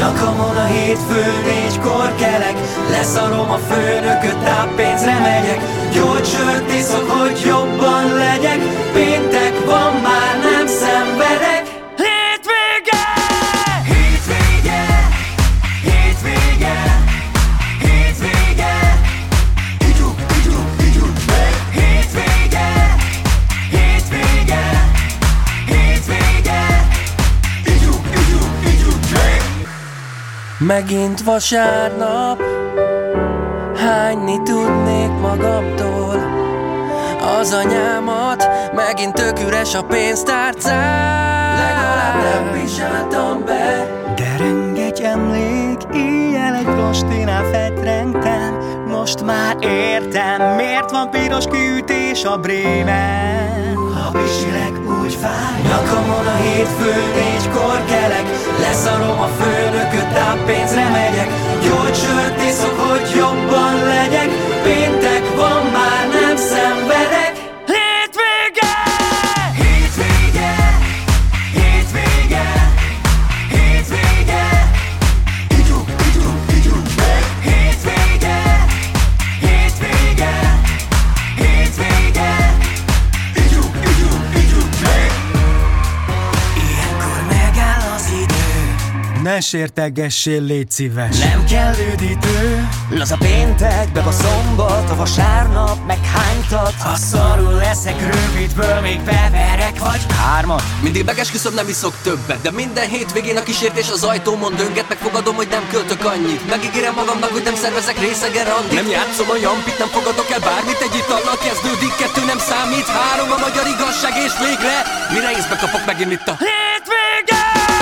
Nyakamon a hétfő négykor kelek, leszarom a főnököt, táppénzre megyek. Gyógy sört iszok, hogy jobban legyek. Péntek van, már nem szenvedek. Hétvége! Hétvége! Hétvége! Hétvége! Igyuk, igyuk, igyuk meg! Hétvége! Hétvége! Hétvége! Igyuk, igyuk, igyuk meg!
Megint vasárnap, hányni tudnék magamtól. Az anyámat, megint tök üres a pénztárcám. Legalább nem pisáltam be.
De rengeteg emlék, éjjel egy prostinál fetrengtem. Most már értem, miért van piros kiütés a Bremen. Ha pisilek úgy fáj. Nyakamon a hétfő négykor kelek, leszarom a főnököt, táppénzre megyek. Gyógy sört iszok, hogy jobban legyek. Péntek van, már nem szenvedek. Hétvége! Hétvége! Hétvége! Hétvége! Igyuk, igyuk, igyuk meg! Hétvége! Hétvége! Hétvége! Igyuk, igyuk, igyuk meg! Ilyenkor megáll az idő. Ne sértegessél, légy szíves. Nem kell üdítő. Az a péntek, meg a szombat, a vasárnap, meg hánytat. Ha szarul leszek rövidből, még beverek vagy hármat.
Mindig megesküszöm, nem iszok többet, de minden hétvégén a kísértés az ajtómon dönget. Megfogadom, hogy nem költök annyit. Megígérem magamnak, hogy nem szervezek részegen randit. Nem játszom a jampit, nem fogadok el bármit. Egy itallal kezdődik, kettő nem számít. Három a magyar igazság, és végre mire észbe kapok megint itt a
Hétvége!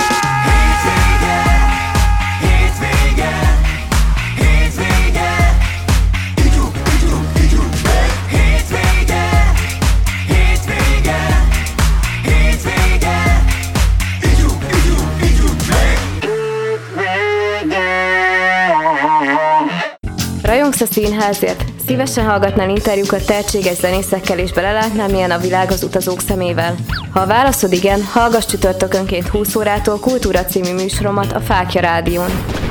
Rajongsz a színházért? Szívesen hallgatnál interjúkat tehetséges zenészekkel és belelátnál, milyen a világ az utazók szemével? Ha a válaszod igen, hallgass csütörtökönként húsz órától Kultúra című műsoromat a Fáklya Rádión.